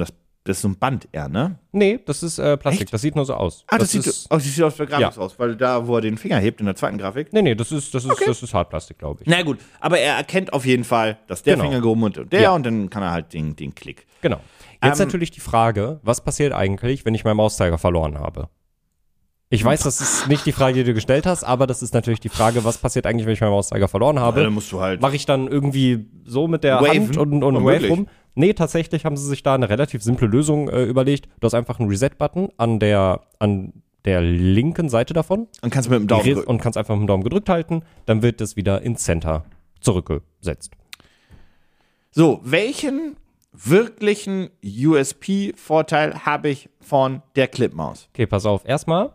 das ist so ein Band eher, ne? Nee, das ist äh, Plastik. Echt? Das sieht nur so aus. Ah, das, das sieht, ist, oh, das sieht aus der Grafik Ja. aus, weil da, wo er den Finger hebt in der zweiten Grafik. Nee, nee, das ist, das ist, Okay. das ist Hartplastik, glaube ich. Na gut, aber er erkennt auf jeden Fall, dass der Genau. Finger gehoben und der Ja. und dann kann er halt den, den Klick. Genau. Jetzt Ähm, natürlich die Frage, was passiert eigentlich, wenn ich meinen Mauszeiger verloren habe? Ich weiß, das ist nicht die Frage, die du gestellt hast, aber das ist natürlich die Frage, was passiert eigentlich, wenn ich meinen Mauszeiger verloren habe? dann musst du halt. Mache ich dann irgendwie so mit der Waven? Hand und, und Oh, wave wirklich? rum? Nee, tatsächlich haben sie sich da eine relativ simple Lösung äh, überlegt. Du hast einfach einen Reset-Button an der, an der linken Seite davon Dann kannst du mit dem Daumen drücken. und kannst einfach mit dem Daumen gedrückt halten. Dann wird das wieder ins Center zurückgesetzt. So, welchen wirklichen U S P-Vorteil habe ich von der Clipmaus? Okay, pass auf. Erstmal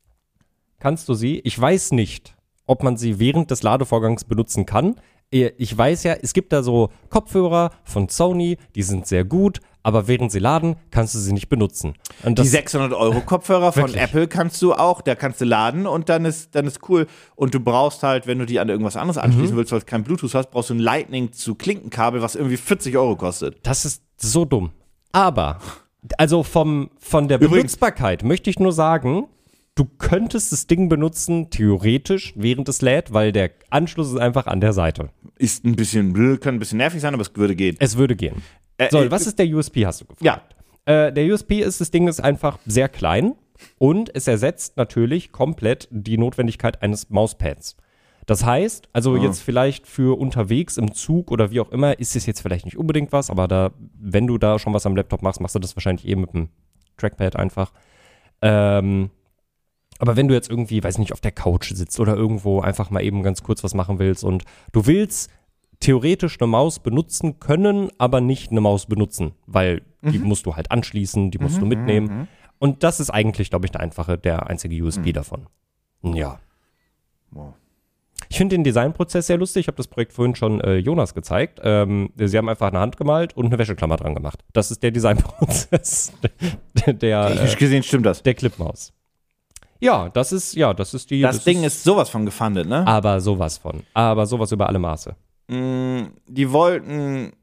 kannst du sie, ich weiß nicht, ob man sie während des Ladevorgangs benutzen kann. Ich weiß ja, es gibt da so Kopfhörer von Sony, die sind sehr gut, aber während sie laden, kannst du sie nicht benutzen. Und Die das, sechshundert Euro Kopfhörer von Wirklich? Apple kannst du auch, da kannst du laden und dann ist, dann ist cool. Und du brauchst halt, wenn du die an irgendwas anderes anschließen willst, weil du kein Bluetooth hast, brauchst du ein Lightning zu Klinkenkabel, was irgendwie vierzig Euro kostet. das ist so dumm. Aber, also vom, von der Übrigens- Benutzbarkeit möchte ich nur sagen, du könntest das Ding benutzen, theoretisch, während es lädt, weil der Anschluss ist einfach an der Seite. Ist ein bisschen, blöd, kann ein bisschen nervig sein, aber es würde gehen. Es würde gehen. Äh, So, äh, was ist der U S P, hast du gefragt? Ja. Äh, der U S P ist, das Ding ist einfach sehr klein und es ersetzt natürlich komplett die Notwendigkeit eines Mauspads. Das heißt, also jetzt vielleicht für unterwegs im Zug oder wie auch immer, ist es jetzt vielleicht nicht unbedingt was, aber da, wenn du da schon was am Laptop machst, machst du das wahrscheinlich eh mit dem Trackpad einfach. Ähm, aber wenn du jetzt irgendwie, weiß nicht, auf der Couch sitzt oder irgendwo einfach mal eben ganz kurz was machen willst und du willst theoretisch eine Maus benutzen können, aber nicht eine Maus benutzen, weil die musst du halt anschließen, die musst du mitnehmen. Und das ist eigentlich, glaube ich, der einfache, der einzige U S P davon. Ja. Wow. Ich finde den Designprozess sehr lustig. Ich habe das Projekt vorhin schon äh, Jonas gezeigt. Ähm, sie haben einfach eine Hand gemalt und eine Wäscheklammer dran gemacht. Das ist der Designprozess der, der, Technisch äh, gesehen stimmt das. der Clipmaus. Ja, das ist, ja, das ist die. Das, Ding ist, sowas von gefundet, ne? Aber sowas von. Aber sowas über alle Maße. Mm, die wollten.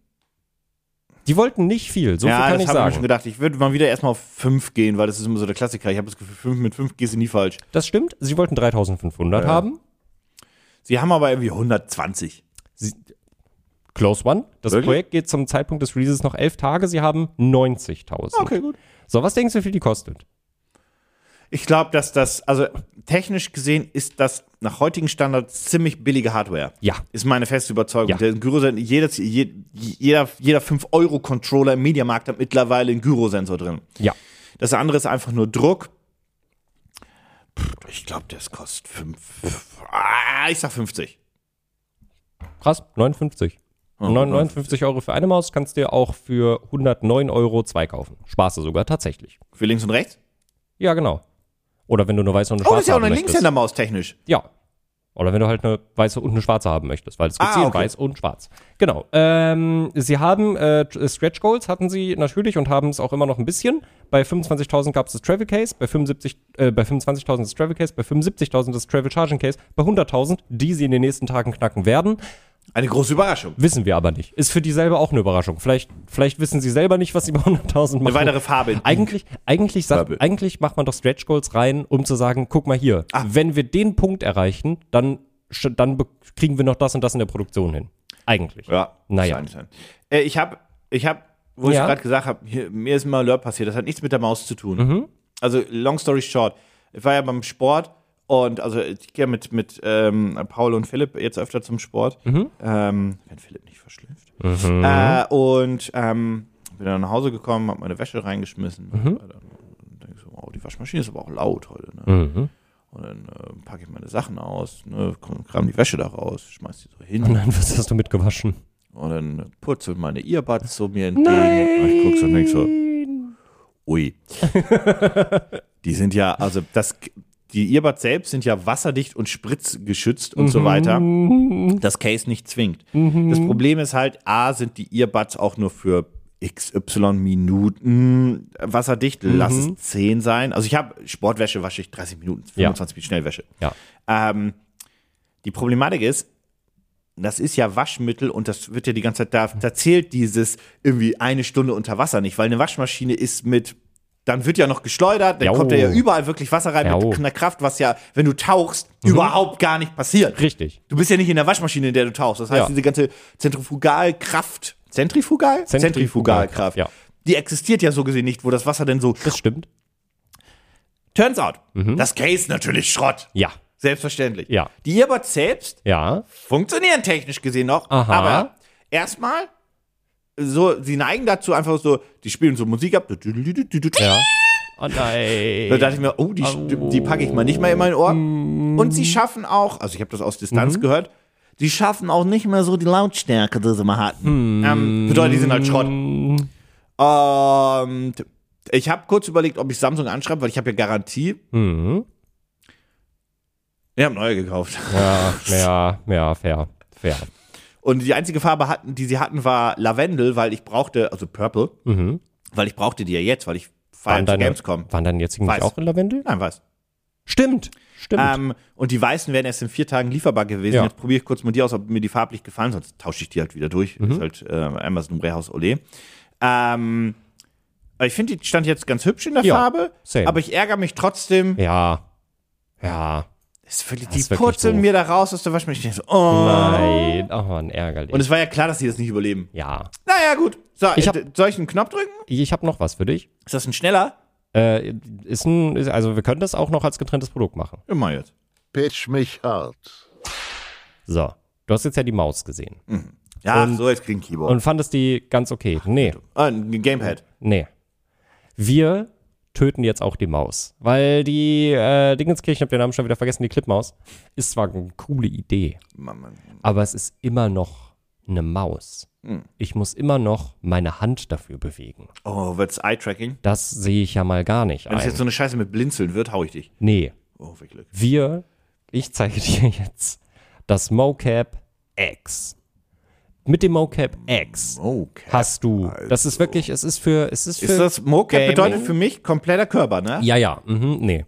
Die wollten nicht viel, so ja, viel kann das ich habe ich mir schon sagen. gedacht. Ich würde mal wieder erstmal auf fünf gehen, weil das ist immer so der Klassiker. Ich habe das Gefühl, fünf, mit fünf gehst du nie falsch. Das stimmt, sie wollten dreitausendfünfhundert Ja. haben. Sie haben aber irgendwie hundertzwanzig. Sie, Close One. Das Wirklich? Projekt geht zum Zeitpunkt des Releases noch elf Tage. Sie haben neunzigtausend. gut. So, was denkst du, wie viel die kostet? Ich glaube, dass das, also technisch gesehen ist das nach heutigen Standards ziemlich billige Hardware. Ja. Ist meine feste Überzeugung. Ja. Der Gyrosensor, jedes, je, jeder, jeder fünf Euro Controller im Mediamarkt hat mittlerweile einen Gyrosensor drin. Ja. Das andere ist einfach nur Druck. Pff, ich glaube, das kostet fünf. Ah, ich sag fünfzig. Krass, neunundfünfzig. Oh, neunundfünfzig Euro für eine Maus kannst du dir auch für hundertneun Euro zwei kaufen. Sparst du sogar tatsächlich. Für links und rechts? Ja, genau. Oder wenn du eine weiße und eine Oh, das schwarze ist ja auch haben eine möchtest. Linkshändermaus technisch. Ja. Oder wenn du halt eine weiße und eine schwarze haben möchtest, weil es gibt Ah, sie in okay. weiß und schwarz. Genau. Ähm, sie haben äh, Stretch Goals hatten sie natürlich und haben es auch immer noch ein bisschen. Bei fünfundzwanzigtausend gab es das Travel Case, bei, fünfundsiebzig, äh, bei fünfundzwanzigtausend das Travel Case, bei fünfundsiebzigtausend das Travel Charging Case, bei hunderttausend, die sie in den nächsten Tagen knacken werden. Eine große Überraschung. Wissen wir aber nicht. Ist für die selber auch eine Überraschung. Vielleicht, vielleicht wissen sie selber nicht, was sie bei hunderttausend machen. Eine weitere Farbe. in Eigentlich, eigentlich, sagt, Farbe. eigentlich macht man doch Stretch Goals rein, um zu sagen, guck mal hier, Ah. wenn wir den Punkt erreichen, dann, sch- dann be- kriegen wir noch das und das in der Produktion hin. Eigentlich. Ja, Naja. muss sein. Äh, ich habe, ich hab, wo Ja. ich gerade gesagt habe, mir ist ein Malheur passiert, das hat nichts mit der Maus zu tun. Mhm. Also, long story short, ich war ja beim Sport und also ich gehe mit, mit ähm, Paul und Philipp jetzt öfter zum Sport, Mhm. ähm, wenn Philipp nicht verschläft. Äh, und ähm, bin dann nach Hause gekommen, habe meine Wäsche reingeschmissen. Mhm. Und dann denke ich so, wow, die Waschmaschine ist aber auch laut heute. Ne? Mhm. Und dann äh, packe ich meine Sachen aus, ne, kram die Wäsche da raus, schmeiß die so hin. Und dann, was hast du mitgewaschen? Und dann purzelt meine Earbuds so mir entgegen. Und ich guck so und denk so, ui. Die sind ja, also das, die Earbuds selbst sind ja wasserdicht und spritzgeschützt und so weiter. Das Case nicht zwingt. Das Problem ist halt, A, sind die Earbuds auch nur für X Y Minuten wasserdicht. Lass es zehn sein. Also ich habe Sportwäsche, wasche ich dreißig Minuten, fünfundzwanzig Minuten Schnellwäsche. Ja. Ähm, die Problematik ist, das ist ja Waschmittel und das wird ja die ganze Zeit, da, da zählt dieses irgendwie eine Stunde unter Wasser nicht, weil eine Waschmaschine ist mit, dann wird ja noch geschleudert, dann Jau. kommt da ja überall wirklich Wasser rein Jau. mit einer Kraft, was ja, wenn du tauchst, mhm. überhaupt gar nicht passiert. Richtig. Du bist ja nicht in der Waschmaschine, in der du tauchst. Das heißt, Ja. diese ganze Zentrifugalkraft, Zentrifugal? Zentrifugalkraft. Ja. Die existiert ja so gesehen nicht, wo das Wasser denn so. Das stimmt. Turns out, das Case natürlich Schrott. Ja. Selbstverständlich. Ja. Die Earbuds selbst Ja. funktionieren technisch gesehen noch, Aha. aber erstmal, so, sie neigen dazu einfach so, die spielen so Musik ab. Ja. Oh nein. Da dachte ich mir, oh, die, die packe ich mal nicht mehr in mein Ohr. Und sie schaffen auch, also ich habe das aus Distanz Mhm. gehört, die schaffen auch nicht mehr so die Lautstärke, die sie mal hatten. Ähm, bedeutet, die sind halt Schrott. Ähm, ich habe kurz überlegt, ob ich Samsung anschreibe, weil ich habe ja Garantie. Mhm. Ich habe neue gekauft. Ja, ja, ja, fair. Fair. Und die einzige Farbe, hatten, die sie hatten, war Lavendel, weil ich brauchte, also Purple, Mhm. weil ich brauchte die ja jetzt, weil ich feiere Waren zu deine, Gamescom. waren deine jetzigen nicht Weiß. auch in Lavendel? Nein, weiß. Stimmt. Stimmt. Ähm, und die weißen wären erst in vier Tagen lieferbar gewesen. Ja. Jetzt probiere ich kurz mit dir aus, ob mir die farblich gefallen, sonst tausche ich die halt wieder durch. Mhm. Das ist halt äh, Amazon Warehouse Olé. Ähm, aber ich finde, die stand jetzt ganz hübsch in der Ja, Farbe, same. aber ich ärgere mich trotzdem. ja. Ja. Es ist wirklich, Das die ist wirklich purzeln doof. mir da raus aus der Waschmaschine. Ich denke so, oh. Nein. Oh Mann, ärgerlich. Und es war ja klar, dass sie das nicht überleben. ja. Naja, gut. So, Ich hab- äh, soll ich einen Knopf drücken? Ich habe noch was für dich. Ist das ein schneller? Äh, ist ein, ist, also wir können das auch noch als getrenntes Produkt machen. Immer jetzt. Pitch mich hart. So. Du hast jetzt ja die Maus gesehen. Ja, Und- so jetzt klingt Keyboard. Und fandest die ganz okay. Nee. ah, ein Gamepad. Nee. Wir töten jetzt auch die Maus. Weil die äh, Dingenskirche, ich habe den Namen schon wieder vergessen, die Clipmaus, ist zwar eine coole Idee, Mann, Mann. aber es ist immer noch eine Maus. Hm. Ich muss immer noch meine Hand dafür bewegen. Oh, wird's Eye-Tracking? Das sehe ich ja mal gar nicht Wenn es ein. jetzt so eine Scheiße mit Blinzeln wird, hau ich dich. Nee. Oh, viel Glück. Wir, ich zeige dir jetzt das Mocap X. Mit dem Mocap X Mocap, hast du, das ist also. wirklich, es ist für, es ist für Ist das Mocap Gaming. bedeutet für mich kompletter Körper, ne? Ja, ja, mhm, nee.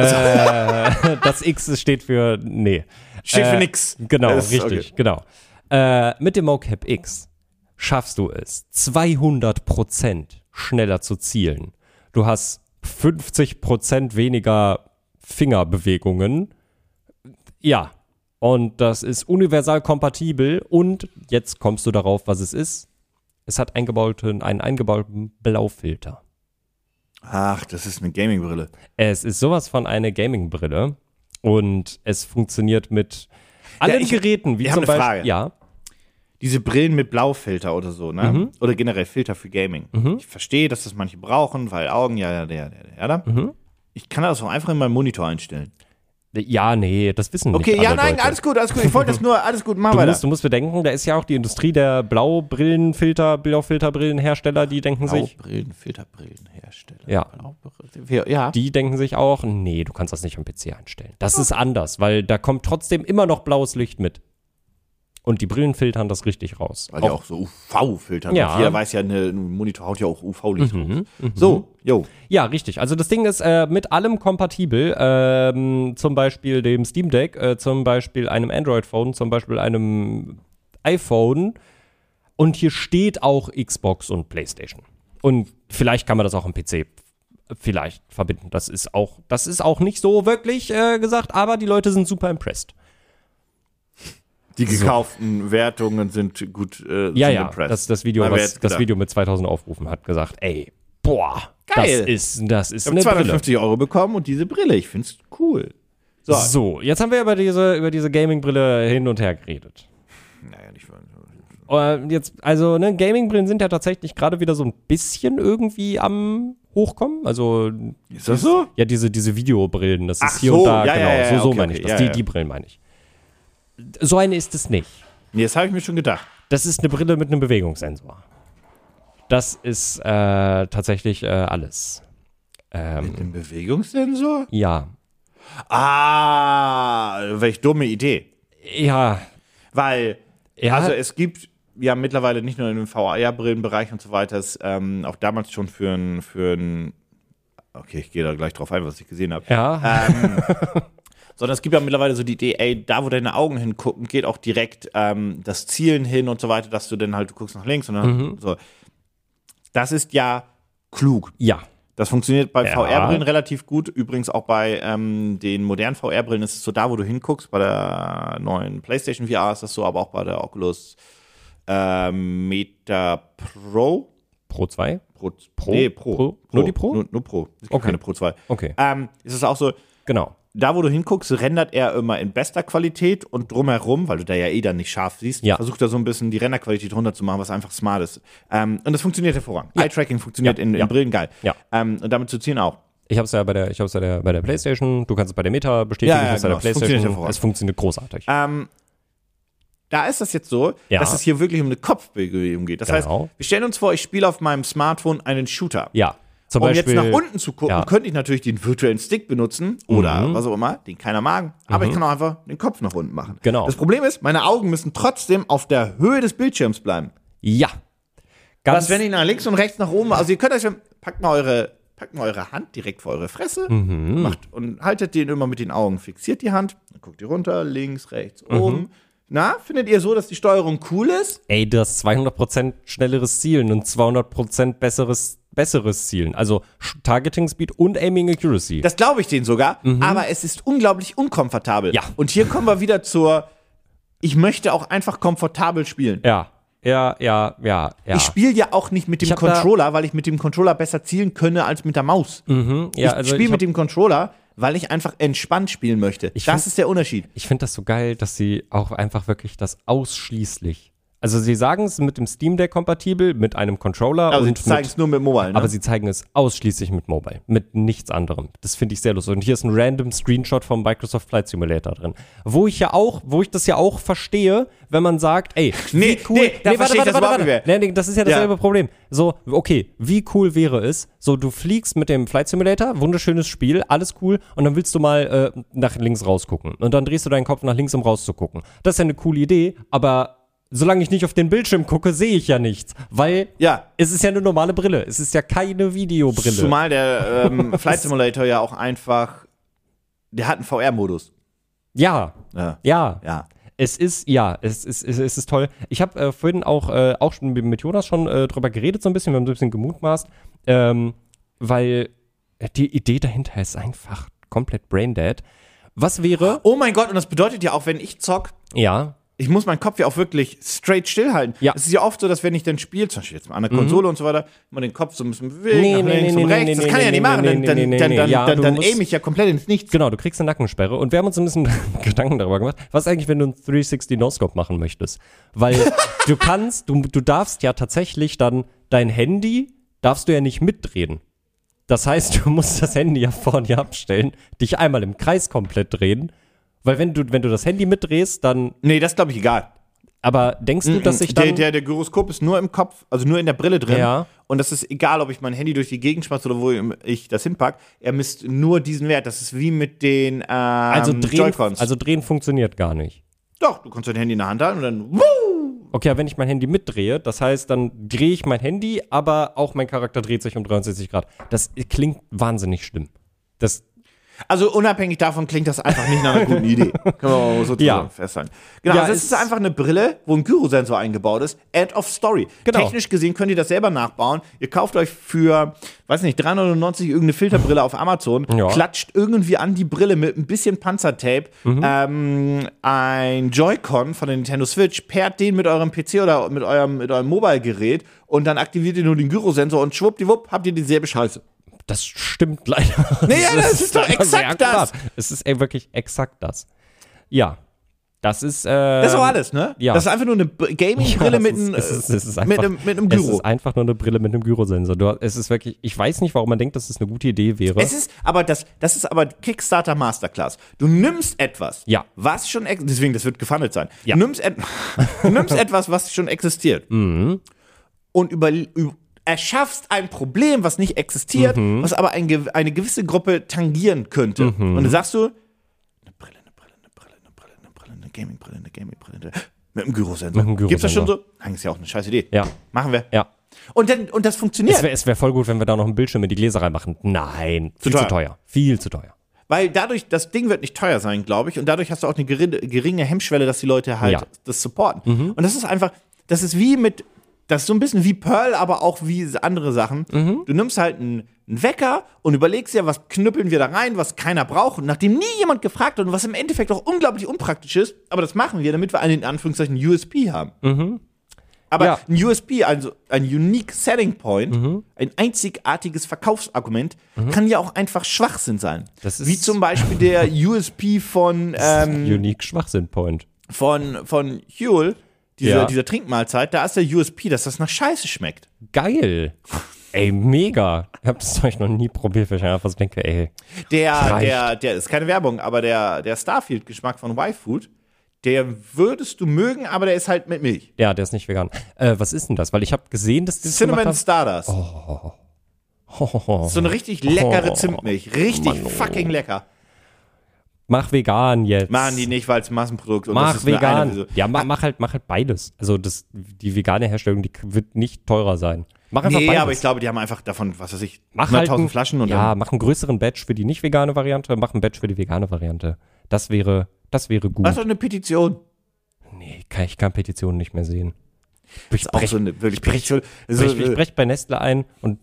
Äh, das X steht für, nee. Steht für Äh, nix. Genau, Das ist richtig, genau. Äh, mit dem Mocap X schaffst du es, zweihundert Prozent schneller zu zielen. Du hast fünfzig Prozent weniger Fingerbewegungen. Ja, und das ist universal kompatibel. Und jetzt kommst du darauf, was es ist. Es hat eingebauten, einen eingebauten Blaufilter. Ach, das ist eine Gaming-Brille. Es ist sowas von eine Gaming-Brille und es funktioniert mit allen ich- Geräten, wie wir zum haben eine Beispiel. Frage. Ja, Diese Brillen mit Blaufilter oder so, ne? Mhm. Oder generell Filter für Gaming. Ich verstehe, dass das manche brauchen, weil Augen, ja, ja, ja, ja, ja, ja. Mhm. Ich kann das auch einfach in meinen Monitor einstellen. ja, nee, das wissen Okay, nicht ja, alle nein, Leute. alles gut, alles gut. Ich wollte das nur, alles gut, mach Du weiter. musst, du musst bedenken, da ist ja auch die Industrie der Blaubrillenfilter, Blaufilterbrillenhersteller, die denken sich, Blaubrillen, Filterbrillenhersteller. Ja. Blaubrillen, ja. die denken sich auch, nee, du kannst das nicht am P C einstellen. Das ist anders, weil da kommt trotzdem immer noch blaues Licht mit. Und die Brillen filtern das richtig raus. Weil ja auch so U V-Filter. Ja. Jeder weiß ja, eine, ein Monitor haut ja auch U V-Licht Mhm, raus. So, yo. Ja, richtig. Also das Ding ist äh, mit allem kompatibel. Ähm, zum Beispiel dem Steam Deck, äh, zum Beispiel einem Android-Phone, zum Beispiel einem iPhone. Und hier steht auch Xbox und PlayStation. Und vielleicht kann man das auch am P C vielleicht verbinden. Das ist auch, das ist auch nicht so wirklich äh, gesagt, aber die Leute sind super impressed. Die gekauften Wertungen sind gut äh, Ja, sind ja. impressed. Das, das, Video, Weil wir was, jetzt das gedacht- Video mit zweitausend Aufrufen hat gesagt, ey, boah, Geil. das ist, das ist Ich habe eine Brille. zweihundertfünfzig Euro bekommen und diese Brille, ich find's cool. So. So, jetzt haben wir über diese, über diese Gaming-Brille hin und her geredet. Naja, nicht für, Und jetzt, also, ne, Gaming-Brillen sind ja tatsächlich gerade wieder so ein bisschen irgendwie am Hochkommen. Also, Ist das so? ja, diese, diese Videobrillen, das ist Ach hier so, und da, ja, genau, ja, ja, so, so okay, meine ich okay, das. ja, die, ja. die Brillen meine ich. So eine ist es nicht. Nee, das habe ich mir schon gedacht. Das ist eine Brille mit einem Bewegungssensor. Das ist äh, tatsächlich äh, alles. Ähm, Ein Bewegungssensor? ja. Ah, welch dumme Idee. Ja. Weil, Ja. also es gibt ja mittlerweile nicht nur in dem V R-Brillenbereich und so weiter, es, ähm, auch damals schon für ein, für ein, okay, ich gehe da gleich drauf ein, was ich gesehen habe. Ja. Ähm, Sondern es gibt ja mittlerweile so die Idee, ey, da wo deine Augen hingucken, geht auch direkt ähm, das Zielen hin und so weiter, dass du dann halt, du guckst nach links und dann Mhm. so. Das ist ja klug. Ja. Das funktioniert bei Ja. V R-Brillen relativ gut. Übrigens auch bei ähm, den modernen V R-Brillen ist es so, da wo du hinguckst, bei der neuen PlayStation V R ist das so, aber auch bei der Oculus äh, Meta Pro. Pro zwei? Pro, Pro? Nee, Pro. Pro? Nur die Pro? Nur, nur Pro. Es gibt Okay. keine Pro zwei. Okay. Ähm, ist es auch so, Genau. da wo du hinguckst, rendert er immer in bester Qualität und drumherum, weil du da ja eh dann nicht scharf siehst, Ja. versucht er so ein bisschen die Renderqualität runterzumachen, was einfach smart ist. Ähm, und das funktioniert hervorragend. Ja. Eye-Tracking funktioniert Ja. in, in Ja. Brillen geil. Ja. Ähm, und damit zu ziehen auch. Ich habe es ja bei der, ich habe es ja der, bei der PlayStation. Du kannst es bei der Meta bestätigen. Ja, ja, ich hab's bei genau. der Es funktioniert PlayStation. hervorragend. Es funktioniert großartig. Ähm, da ist das jetzt so, Ja. dass es hier wirklich um eine Kopfbewegung geht. Das Genau. heißt, wir stellen uns vor, ich spiele auf meinem Smartphone einen Shooter. Ja. Zum Um Beispiel. jetzt nach unten zu gucken, ja. könnte ich natürlich den virtuellen Stick benutzen oder Mhm. was auch immer, den keiner mag. Aber ich kann auch einfach den Kopf nach unten machen. Genau. Das Problem ist, meine Augen müssen trotzdem auf der Höhe des Bildschirms bleiben. Ja. Ganz. Was, wenn ich nach links und rechts nach oben, also ihr könnt euch, packt mal eure, packt mal eure Hand direkt vor eure Fresse Mhm. macht, und haltet den immer mit den Augen, fixiert die Hand, dann guckt ihr runter, links, rechts, Mhm. oben. Na, findet ihr so, dass die Steuerung cool ist? Ey, du hast zweihundert Prozent schnelleres Zielen und zweihundert Prozent besseres, besseres Zielen. Also Sch- Targeting Speed und Aiming Accuracy. Das glaube ich denen sogar, aber es ist unglaublich unkomfortabel. Mhm. Ja. Und hier kommen wir wieder zur, ich möchte auch einfach komfortabel spielen. ja. Ja, ja, ja, ja. Ich spiele ja auch nicht mit dem Ich hab da- Controller, weil ich mit dem Controller besser zielen könne als mit der Maus. mhm. ja, ich also spiele ich hab- mit dem Controller, weil ich einfach entspannt spielen möchte. Ich das find- ist der Unterschied. Ich finde das so geil, dass sie auch einfach wirklich das ausschließlich. Also sie sagen es mit dem Steam Deck kompatibel, mit einem Controller Also sie und zeigen mit, es nur mit Mobile. Ne? aber sie zeigen es ausschließlich mit Mobile, mit nichts anderem. Das finde ich sehr lustig. Und hier ist ein random Screenshot vom Microsoft Flight Simulator drin, wo ich ja auch, wo ich das ja auch verstehe, wenn man sagt, ey, Nee, wie cool, nee, da verstehe ich das überhaupt nicht mehr. Nee, nee, das ist ja dasselbe Ja. Problem. So, okay, wie cool wäre es, so du fliegst mit dem Flight Simulator, wunderschönes Spiel, alles cool, und dann willst du mal äh, nach links rausgucken. Und dann drehst du deinen Kopf nach links, um rauszugucken. Das ist ja eine coole Idee, aber solange ich nicht auf den Bildschirm gucke, sehe ich ja nichts. Weil Ja. es ist ja eine normale Brille. Es ist ja keine Videobrille. Zumal der ähm, Flight Simulator ja auch einfach, der hat einen V R-Modus. Ja, Ja. ja. Ja. Es ist, ja, es ist, es, es ist toll. Ich habe äh, vorhin auch, äh, auch schon mit Jonas schon äh, drüber geredet, so ein bisschen, wir haben so ein bisschen gemutmaßt, ähm, weil die Idee dahinter ist einfach komplett braindead. Was wäre, Oh mein Gott, und das bedeutet ja auch, wenn ich zock, ja, ich muss meinen Kopf ja auch wirklich straight stillhalten. Ja. Es ist ja oft so, dass wenn ich dann spiele, zum Beispiel jetzt mal an der Konsole und so weiter, man den Kopf so ein bisschen bewegen, Nee, nach nee, links nee, und nee, rechts. nee, Das nee, kann ich ja nee, nicht machen. nee, Dann, nee, dann, nee, nee, dann, nee. dann, Ja, dann, du dann musst- aim ich ja komplett ins Nichts. genau, du kriegst eine Nackensperre und wir haben uns ein bisschen Gedanken darüber gemacht, was eigentlich, wenn du einen dreihundertsechzig No-Scope machen möchtest. Weil du kannst, du, du darfst ja tatsächlich dann dein Handy, darfst du ja nicht mitdrehen. Das heißt, du musst das Handy ja vor dir abstellen, dich einmal im Kreis komplett drehen, weil wenn du, wenn du das Handy mitdrehst, dann, Nee, das glaube ich egal. aber denkst du, dass ich dann, der, der, der Gyroskop ist nur im Kopf, also nur in der Brille drin. Ja. Und das ist egal, ob ich mein Handy durch die Gegend schmeiße oder wo ich das hinpack. Er misst nur diesen Wert. Das ist wie mit den ähm, also drehen, Joy-Cons. also drehen funktioniert gar nicht. Doch, du kannst dein Handy in der Hand halten und dann wuh! Okay, aber wenn ich mein Handy mitdrehe, das heißt, dann drehe ich mein Handy, aber auch mein Charakter dreht sich um dreihundertsechzig Grad. Das klingt wahnsinnig schlimm. Das, Also unabhängig davon klingt das einfach nicht nach einer guten Idee. Können wir mal so Ja. festhalten. Genau, Ja, also es es- ist einfach eine Brille, wo ein Gyrosensor eingebaut ist. End of Story. Genau. Technisch gesehen könnt ihr das selber nachbauen. Ihr kauft euch für, weiß nicht, drei neunundneunzig irgendeine Filterbrille auf Amazon, Ja. klatscht irgendwie an die Brille mit ein bisschen Panzertape ähm, ein Joy-Con von der Nintendo Switch, pairt den mit eurem P C oder mit eurem, mit eurem Mobile-Gerät und dann aktiviert ihr nur den Gyrosensor und schwuppdiwupp habt ihr dieselbe Scheiße. das stimmt leider. Nee, ja, das ist doch leider exakt sehr das. krass. Es ist ey, wirklich exakt das. Ja, das ist, äh, Das ist auch alles, ne? ja. Das ist einfach nur eine B- Gaming-Brille Ja, mit, es ist- einem, es ist- es ist äh, mit, einfach- einem, mit einem Es Gyro. ist einfach nur eine Brille mit einem Gyrosensor. Du, es ist wirklich, ich weiß nicht, warum man denkt, dass es eine gute Idee wäre. Es ist aber das, das ist aber Kickstarter Masterclass. Du nimmst etwas, Ja. was schon ex- deswegen das wird gefunnelt sein. Ja. Du nimmst, et du nimmst etwas, was schon existiert Mhm. und über, über erschaffst ein Problem, was nicht existiert, Mhm. was aber ein, gew- eine gewisse Gruppe tangieren könnte. Und dann sagst du, eine Brille, eine Brille, eine Brille, eine Brille, eine Brille, eine Gaming-Brille, eine Gaming-Brille, eine- mit einem Gyrosensor. Mit einem Gibt's das schon Gyrosensor. so? Nein, ist ja auch eine scheiß Idee. Ja. Machen wir. Ja. Und, dann, und das funktioniert. Es wäre es wär voll gut, wenn wir da noch einen Bildschirm in die Gläser reinmachen. Nein, viel Zu zu teuer. teuer. Viel zu teuer. Weil dadurch, das Ding wird nicht teuer sein, glaube ich, und dadurch hast du auch eine geringe, geringe Hemmschwelle, dass die Leute halt Ja. das supporten. Mhm. Und das ist einfach, das ist wie mit, das ist so ein bisschen wie Pearl, aber auch wie andere Sachen. Mhm. Du nimmst halt einen, einen Wecker und überlegst dir, was knüppeln wir da rein, was keiner braucht, und nachdem nie jemand gefragt hat und was im Endeffekt auch unglaublich unpraktisch ist, aber das machen wir, damit wir einen, in Anführungszeichen, U S P haben. Mhm. Aber Ja. ein U S P, also ein Unique Selling Point, mhm. ein einzigartiges Verkaufsargument, mhm. kann ja auch einfach Schwachsinn sein. Das ist Wie zum Beispiel der U S P von, ähm, Unique Schwachsinn Point. von, von Huel, diese, Ja. dieser Trinkmahlzeit, da ist der U S P, dass das nach Scheiße schmeckt. Geil. Ey, mega. Ich hab das Zeug noch nie probiert, weil ich einfach so denke, ey. Der, reicht. der, der ist keine Werbung, aber der, der Starfield-Geschmack von Y-Food, der würdest du mögen, aber der ist halt mit Milch. Ja, der ist nicht vegan. Äh, was ist denn das? Weil ich habe gesehen, dass das Cinnamon gemacht Stardust. haben. Oh. So eine richtig leckere Oh. Zimtmilch. Richtig Mann, oh. fucking lecker. Mach vegan jetzt. Machen die nicht, weil es Massenprodukt und das Mach ist eine vegan. eine- ja, mach, mach, halt, mach halt beides. Also das, die vegane Herstellung, die wird nicht teurer sein. Mach einfach Nee, beides. aber ich glaube, die haben einfach davon, was weiß ich, mach halt hunderttausend einen- Flaschen und ja, dann. mach einen größeren Batch für die nicht vegane Variante, mach einen Batch für die vegane Variante. Das wäre, das wäre gut. Das ist doch eine Petition. Nee, kann, ich kann Petitionen nicht mehr sehen. Ich Das ist auch so eine wirklich Petition. So, ich, ich breche bei Nestle ein und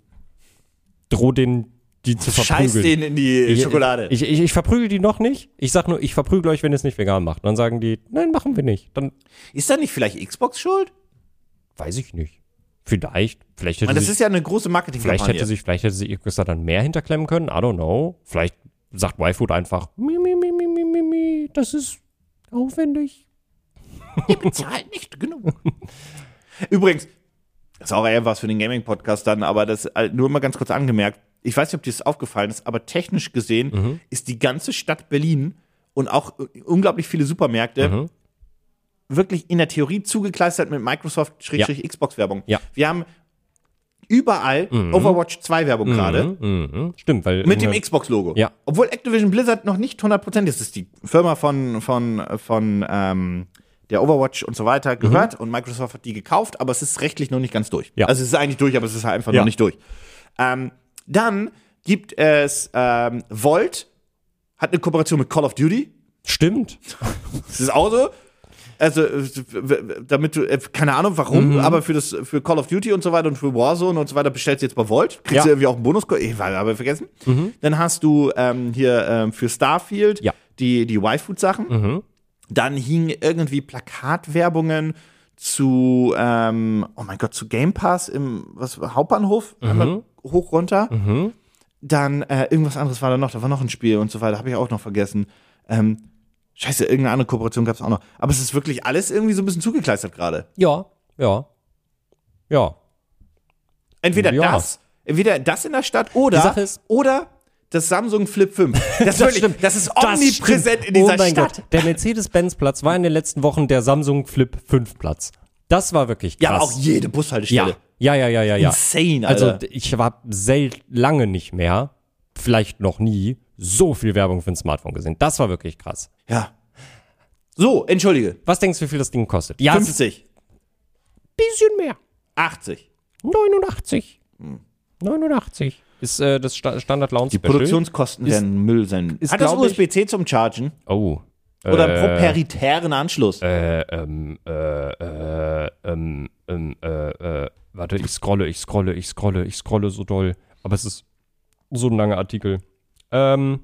droh den, die zu Scheiß verprügeln. den in die Schokolade. Ich, ich, ich verprügel die noch nicht. Ich sag nur, ich verprügel euch, wenn ihr es nicht vegan macht. Und dann sagen die, nein, machen wir nicht. Dann ist da nicht vielleicht Xbox schuld? weiß ich nicht. Vielleicht. Vielleicht hätte Und das sich, ist ja eine große vielleicht Marketingkampagne. hätte sich, vielleicht hätte sich Xbox da dann mehr hinterklemmen können. I don't know. Vielleicht sagt Y-Food einfach, mi, mi, mi, mi, mi, mi, mi, das ist aufwendig. Ihr bezahlt nicht genug. Übrigens, das ist auch eher was für den Gaming-Podcast dann, aber das äh, nur mal ganz kurz angemerkt. Ich weiß nicht, ob dir das aufgefallen ist, aber technisch gesehen Mhm. ist die ganze Stadt Berlin und auch äh, unglaublich viele Supermärkte Mhm. wirklich in der Theorie zugekleistert mit Microsoft-Xbox-Werbung. Ja. Wir haben überall Overwatch zwei Werbung gerade. Mhm, mhm. Stimmt, weil Mit dem irgendwann- Xbox-Logo. Ja. Obwohl Activision Blizzard noch nicht hundert Prozent ist. Das ist die Firma von, von, von ähm, der Overwatch und so weiter gehört und Microsoft hat die gekauft, aber es ist rechtlich noch nicht ganz durch. Ja. Also es ist eigentlich durch, aber es ist halt einfach Ja. noch nicht durch. Ähm, dann gibt es ähm, Volt, hat eine Kooperation mit Call of Duty. Stimmt. Das ist auch so. Also, äh, damit du, äh, keine Ahnung warum, Mhm. aber für das, für Call of Duty und so weiter und für Warzone und so weiter bestellst du jetzt bei Volt. Kriegst Ja. du irgendwie auch einen Bonus, ich habe vergessen. Dann hast du ähm, hier ähm, für Starfield Ja. die, die Y-Food-Sachen. Mhm. Dann hingen irgendwie Plakatwerbungen zu, ähm, oh mein Gott, zu Game Pass im was, Hauptbahnhof, einmal hoch runter. Mhm. Dann äh, irgendwas anderes war da noch, da war noch ein Spiel und so weiter, habe ich auch noch vergessen. Ähm, Scheiße, irgendeine andere Kooperation gab es auch noch. Aber es ist wirklich alles irgendwie so ein bisschen zugekleistert gerade. Ja, ja. Ja. Entweder Ja. das, entweder das in der Stadt Die oder, Sache ist- oder das Samsung Flip fünf. Das, Das wirklich, stimmt. das ist Das omnipräsent stimmt. in dieser oh mein Stadt. Gott. Der Mercedes-Benz-Platz war in den letzten Wochen der Samsung Flip fünf Platz. Das war wirklich krass. Ja, aber auch jede Bushaltestelle. Ja, ja, ja, ja, ja. ja. Insane, Alter. Also ich war sel lange nicht mehr, vielleicht noch nie, so viel Werbung für ein Smartphone gesehen. Das war wirklich krass. Ja. So, entschuldige. Was denkst du, wie viel das Ding kostet? Ja, es ist fünfzig, ein bisschen mehr. achtzig. neunundachtzig. neunundachtzig. Ist äh, das Sta Standard Lounge Die Special. Produktionskosten Ist- werden Müll sein. ist, Hat das glaub ich- U S B C zum Chargen? Oh. Oder äh, proprietären Anschluss? Äh, ähm, äh, äh, ähm, ähm, äh, äh, warte, ich scrolle, ich scrolle, ich scrolle, ich scrolle so doll. Aber es ist so ein langer Artikel. Ähm,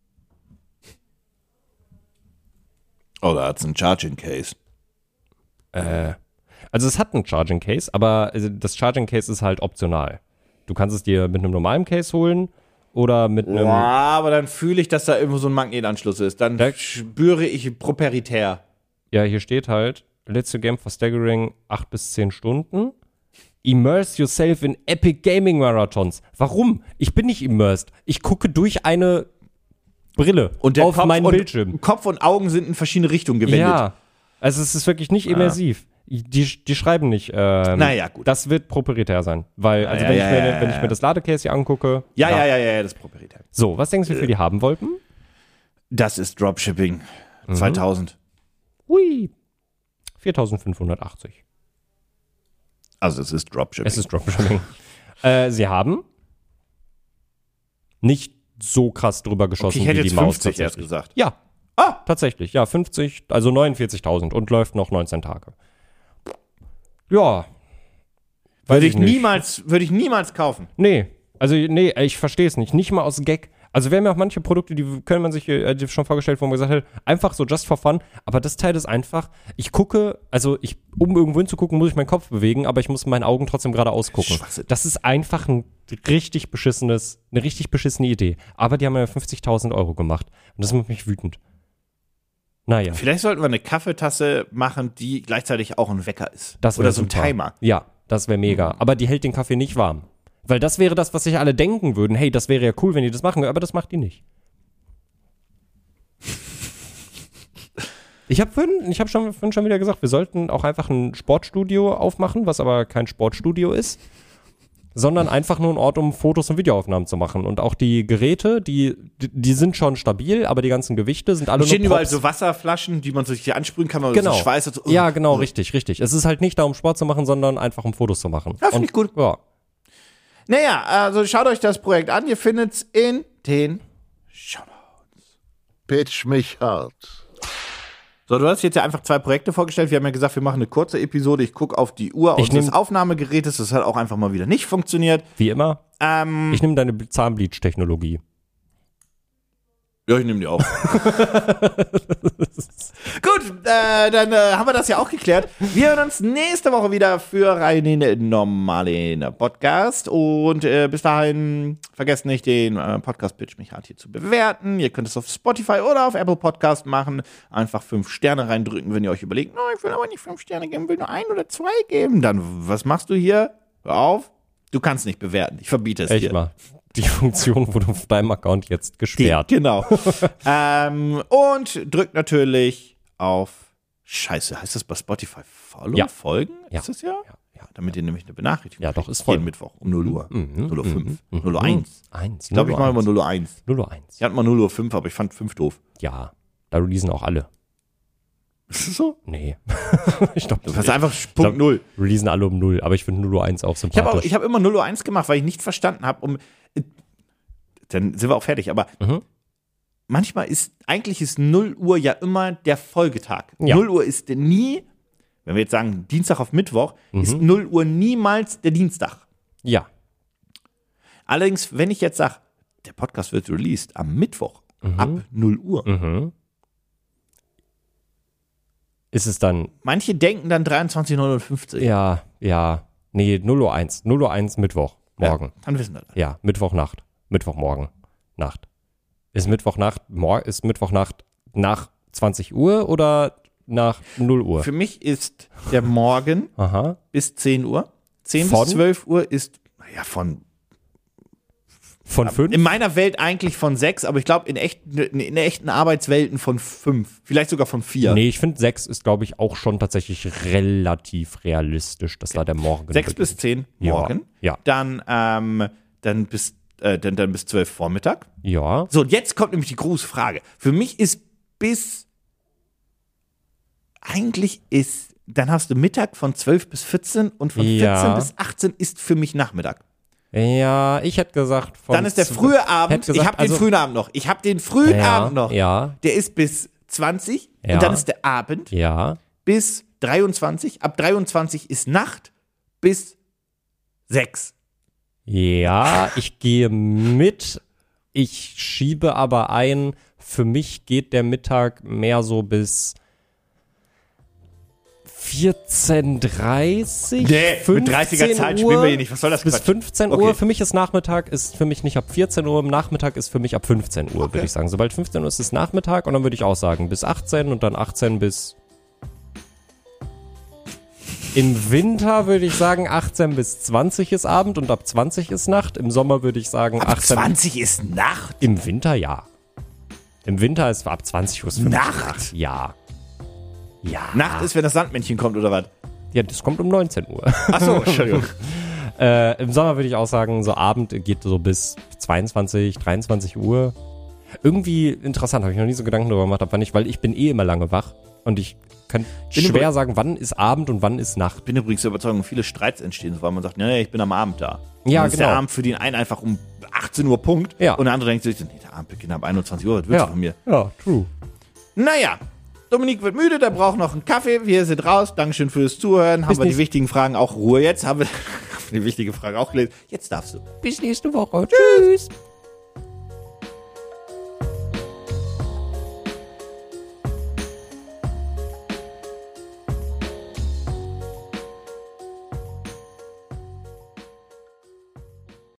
Oh, da hat's einen Charging Case. äh, also es hat einen Charging Case, aber also das Charging Case ist halt optional. Du kannst es dir mit einem normalen Case holen oder mit einem. Ja, aber dann fühle ich, dass da irgendwo so ein Magnetanschluss ist. Dann Da- spüre ich proprietär. Ja, hier steht halt, let's your game for staggering acht bis zehn Stunden. Immerse yourself in epic gaming marathons. Warum? Ich bin nicht immersed. Ich gucke durch eine Brille Und der auf Kopf meinen und, Bildschirm. Kopf und Augen sind in verschiedene Richtungen gewendet. Ja, also es ist wirklich nicht immersiv. Die, die schreiben nicht, ähm, Naja, gut. das wird proprietär sein. Weil, also ja, wenn, ja, ich mir, ja, ja, wenn ich mir das Ladecase hier angucke. Ja, ja, ja, ja, ja, das ist proprietär. So, was denkst du, wie viel die haben wollten? Das ist Dropshipping. Mhm. zweitausend. Hui. viertausendfünfhundertachtzig. Also es ist Dropshipping. Es ist Dropshipping. äh, sie haben nicht so krass drüber geschossen Okay, ich hätte wie die jetzt Maus fünfzig erst tatsächlich. gesagt. Ja, Ah, tatsächlich. Ja, fünfzig, also neunundvierzigtausend und läuft noch neunzehn Tage. Ja. Weiß würde ich nicht. niemals, würde ich niemals kaufen. Nee, also nee, ich verstehe es nicht. Nicht mal aus Gag. Also wir haben ja auch manche Produkte, die können man sich äh, schon vorgestellt, wo man gesagt hat, einfach so just for fun. Aber das Teil ist einfach, ich gucke, also ich, um irgendwo hinzugucken, muss ich meinen Kopf bewegen, aber ich muss mit meinen Augen trotzdem geradeaus gucken. Schwachsinn. Das ist einfach ein richtig beschissenes, eine richtig beschissene Idee. Aber die haben ja fünfzigtausend Euro gemacht. Und das macht mich wütend. Naja. Vielleicht sollten wir eine Kaffeetasse machen, die gleichzeitig auch ein Wecker ist. Das wär Oder so ein super. Timer. Ja, das wäre mega. Aber die hält den Kaffee nicht warm. Weil das wäre das, was sich alle denken würden. Hey, das wäre ja cool, wenn die das machen. Aber das macht die nicht. Ich habe ich hab schon, vorhin schon wieder gesagt, wir sollten auch einfach ein Sportstudio aufmachen, was aber kein Sportstudio ist, sondern einfach nur ein Ort, um Fotos und Videoaufnahmen zu machen. Und auch die Geräte, die, die sind schon stabil, aber die ganzen Gewichte sind alle Da stehen nur überall Props. so Wasserflaschen, die man sich hier ansprühen kann, weil Genau. so Schweiß hat. So, uh, Ja, genau, uh. richtig, richtig. Es ist halt nicht da, um Sport zu machen, sondern einfach, um Fotos zu machen. Ja, find Und- ich gut. Ja. Naja, also schaut euch das Projekt an. Ihr findet es in den Shownotes. Pitch mich hart. So, du hast jetzt ja einfach zwei Projekte vorgestellt. Wir haben ja gesagt, wir machen eine kurze Episode. Ich gucke auf die Uhr Ich unseres nehm- Aufnahmegerätes. Das hat auch einfach mal wieder nicht funktioniert. Wie immer. Ähm, Ich nehme deine Zahnbleach-Technologie. ja, ich nehme die auch. Gut, äh, dann äh, haben wir das ja auch geklärt. Wir hören uns nächste Woche wieder für einen normalen Podcast. Und äh, bis dahin vergesst nicht, den äh, Podcast-Pitch mich hart hier zu bewerten. Ihr könnt es auf Spotify oder auf Apple Podcast machen. Einfach fünf Sterne reindrücken, wenn ihr euch überlegt, no, ich will aber nicht fünf Sterne geben, will nur ein oder zwei geben. Dann, was machst du hier? Hör auf. Du kannst nicht bewerten. Ich verbiete es Echt dir. mal. Die Funktion wurde auf deinem Account jetzt gesperrt. Die, genau. ähm, und drückt natürlich auf Scheiße, heißt das bei Spotify Follow? Ja. Folgen? Ja. Ist das ja? Ja, ja. Damit ihr nämlich eine Benachrichtigung Ja, doch, kriegt. ist voll. Jeden Mittwoch um null Uhr. Mhm, null Uhr fünf. mhm, null Uhr eins. Eins. Ich glaube, ich mache immer null Uhr eins. null Uhr eins. Ich hatte mal null Uhr fünf, aber ich fand fünf doof. Ja, da releasen auch alle. Ist das so? Nee. ich glaube, Das ist einfach Punkt null. releasen alle um null, aber ich finde null Uhr eins auch Ich habe sympathisch. ich hab immer null Uhr eins gemacht, weil ich nicht verstanden habe, um. äh, Dann sind wir auch fertig, aber Mhm. manchmal ist, eigentlich ist null Uhr ja immer der Folgetag. Ja. null Uhr ist nie, wenn wir jetzt sagen Dienstag auf Mittwoch, Mhm. ist null Uhr niemals der Dienstag. Ja. Allerdings, wenn ich jetzt sage, der Podcast wird released am Mittwoch ab null Uhr, Mhm. Ist es dann, manche denken dann dreiundzwanzig Uhr neunundfünfzig. ja, ja, nee, null Uhr eins. null Uhr eins Mittwoch, morgen. Ja, dann wissen wir das. Ja, Mittwochnacht. Mittwochmorgen. Nacht. Ist Mittwochnacht, mor ist Mittwochnacht nach zwanzig Uhr oder nach null Uhr? Für mich ist der Morgen Aha. bis zehn Uhr. zehn Von? bis zwölf Uhr ist, naja, von Von fünf? in meiner Welt eigentlich von sechs, aber ich glaube in, echt, in echten Arbeitswelten von fünf. Vielleicht sogar von vier. Nee, ich finde sechs ist, glaube ich, auch schon tatsächlich relativ realistisch, dass da der Morgen Sechs beginnt. bis zehn Ja, morgen. ja. Dann, ähm, dann bis äh, dann, dann bis zwölf Vormittag. Ja. So, und jetzt kommt nämlich die große Frage. Für mich ist bis eigentlich ist, dann hast du Mittag von zwölf bis vierzehn und von Ja. vierzehn bis achtzehn ist für mich Nachmittag. Ja, ich hätte gesagt von Dann ist der zw- frühe Abend, hätte gesagt, ich habe den also- frühen Abend noch. Ich habe den frühen ja, Abend noch. Ja, Der ist bis zwanzig Ja. und dann ist der Abend ja. bis dreiundzwanzig. Ab dreiundzwanzig ist Nacht bis sechs. Ja, ich gehe mit. Ich schiebe aber ein, für mich geht der Mittag mehr so bis vierzehn Uhr dreißig. Nee, mit dreißiger Zeit spielen wir hier nicht. Was soll das Bis Quatsch? fünfzehn Okay. Uhr. Für mich ist Nachmittag, ist für mich nicht ab vierzehn Uhr. Nachmittag ist für mich ab fünfzehn Uhr, Okay. würde ich sagen. Sobald fünfzehn Uhr ist es Nachmittag und dann würde ich auch sagen bis achtzehn und dann achtzehn bis. Im Winter würde ich sagen achtzehn bis zwanzig ist Abend und ab zwanzig ist Nacht. Im Sommer würde ich sagen Ab achtzehn. zwanzig ist Nacht. Im Winter ja. Im Winter ist ab zwanzig Uhr ist für mich Nacht? Nacht. Ja. Ja. Nacht ist, wenn das Sandmännchen kommt, oder was? Ja, das kommt um neunzehn Uhr. Achso, Entschuldigung. äh, Im Sommer würde ich auch sagen, so Abend geht so bis zweiundzwanzig, dreiundzwanzig Uhr. Irgendwie interessant, habe ich noch nie so Gedanken darüber gemacht, ab wann ich, weil ich bin eh immer lange wach. Und ich kann Bin schwer übr- sagen, wann ist Abend und wann ist Nacht. Ich bin übrigens der Überzeugung, viele Streits entstehen, so, weil man sagt, nee, ich bin am Abend da. Ja, dann ist genau. der Abend für den einen einfach um achtzehn Uhr Punkt. Ja. Und der andere denkt sich, nee, der Abend beginnt ab einundzwanzig Uhr, was willst du von mir? ja, true. Naja, Dominik wird müde, der braucht noch einen Kaffee. Wir sind raus. Dankeschön fürs Zuhören. Haben wir die nächste- wichtigen Fragen auch Ruhe jetzt? Haben wir die wichtige Frage auch gelesen? Jetzt darfst du. Bis nächste Woche. Tschüss.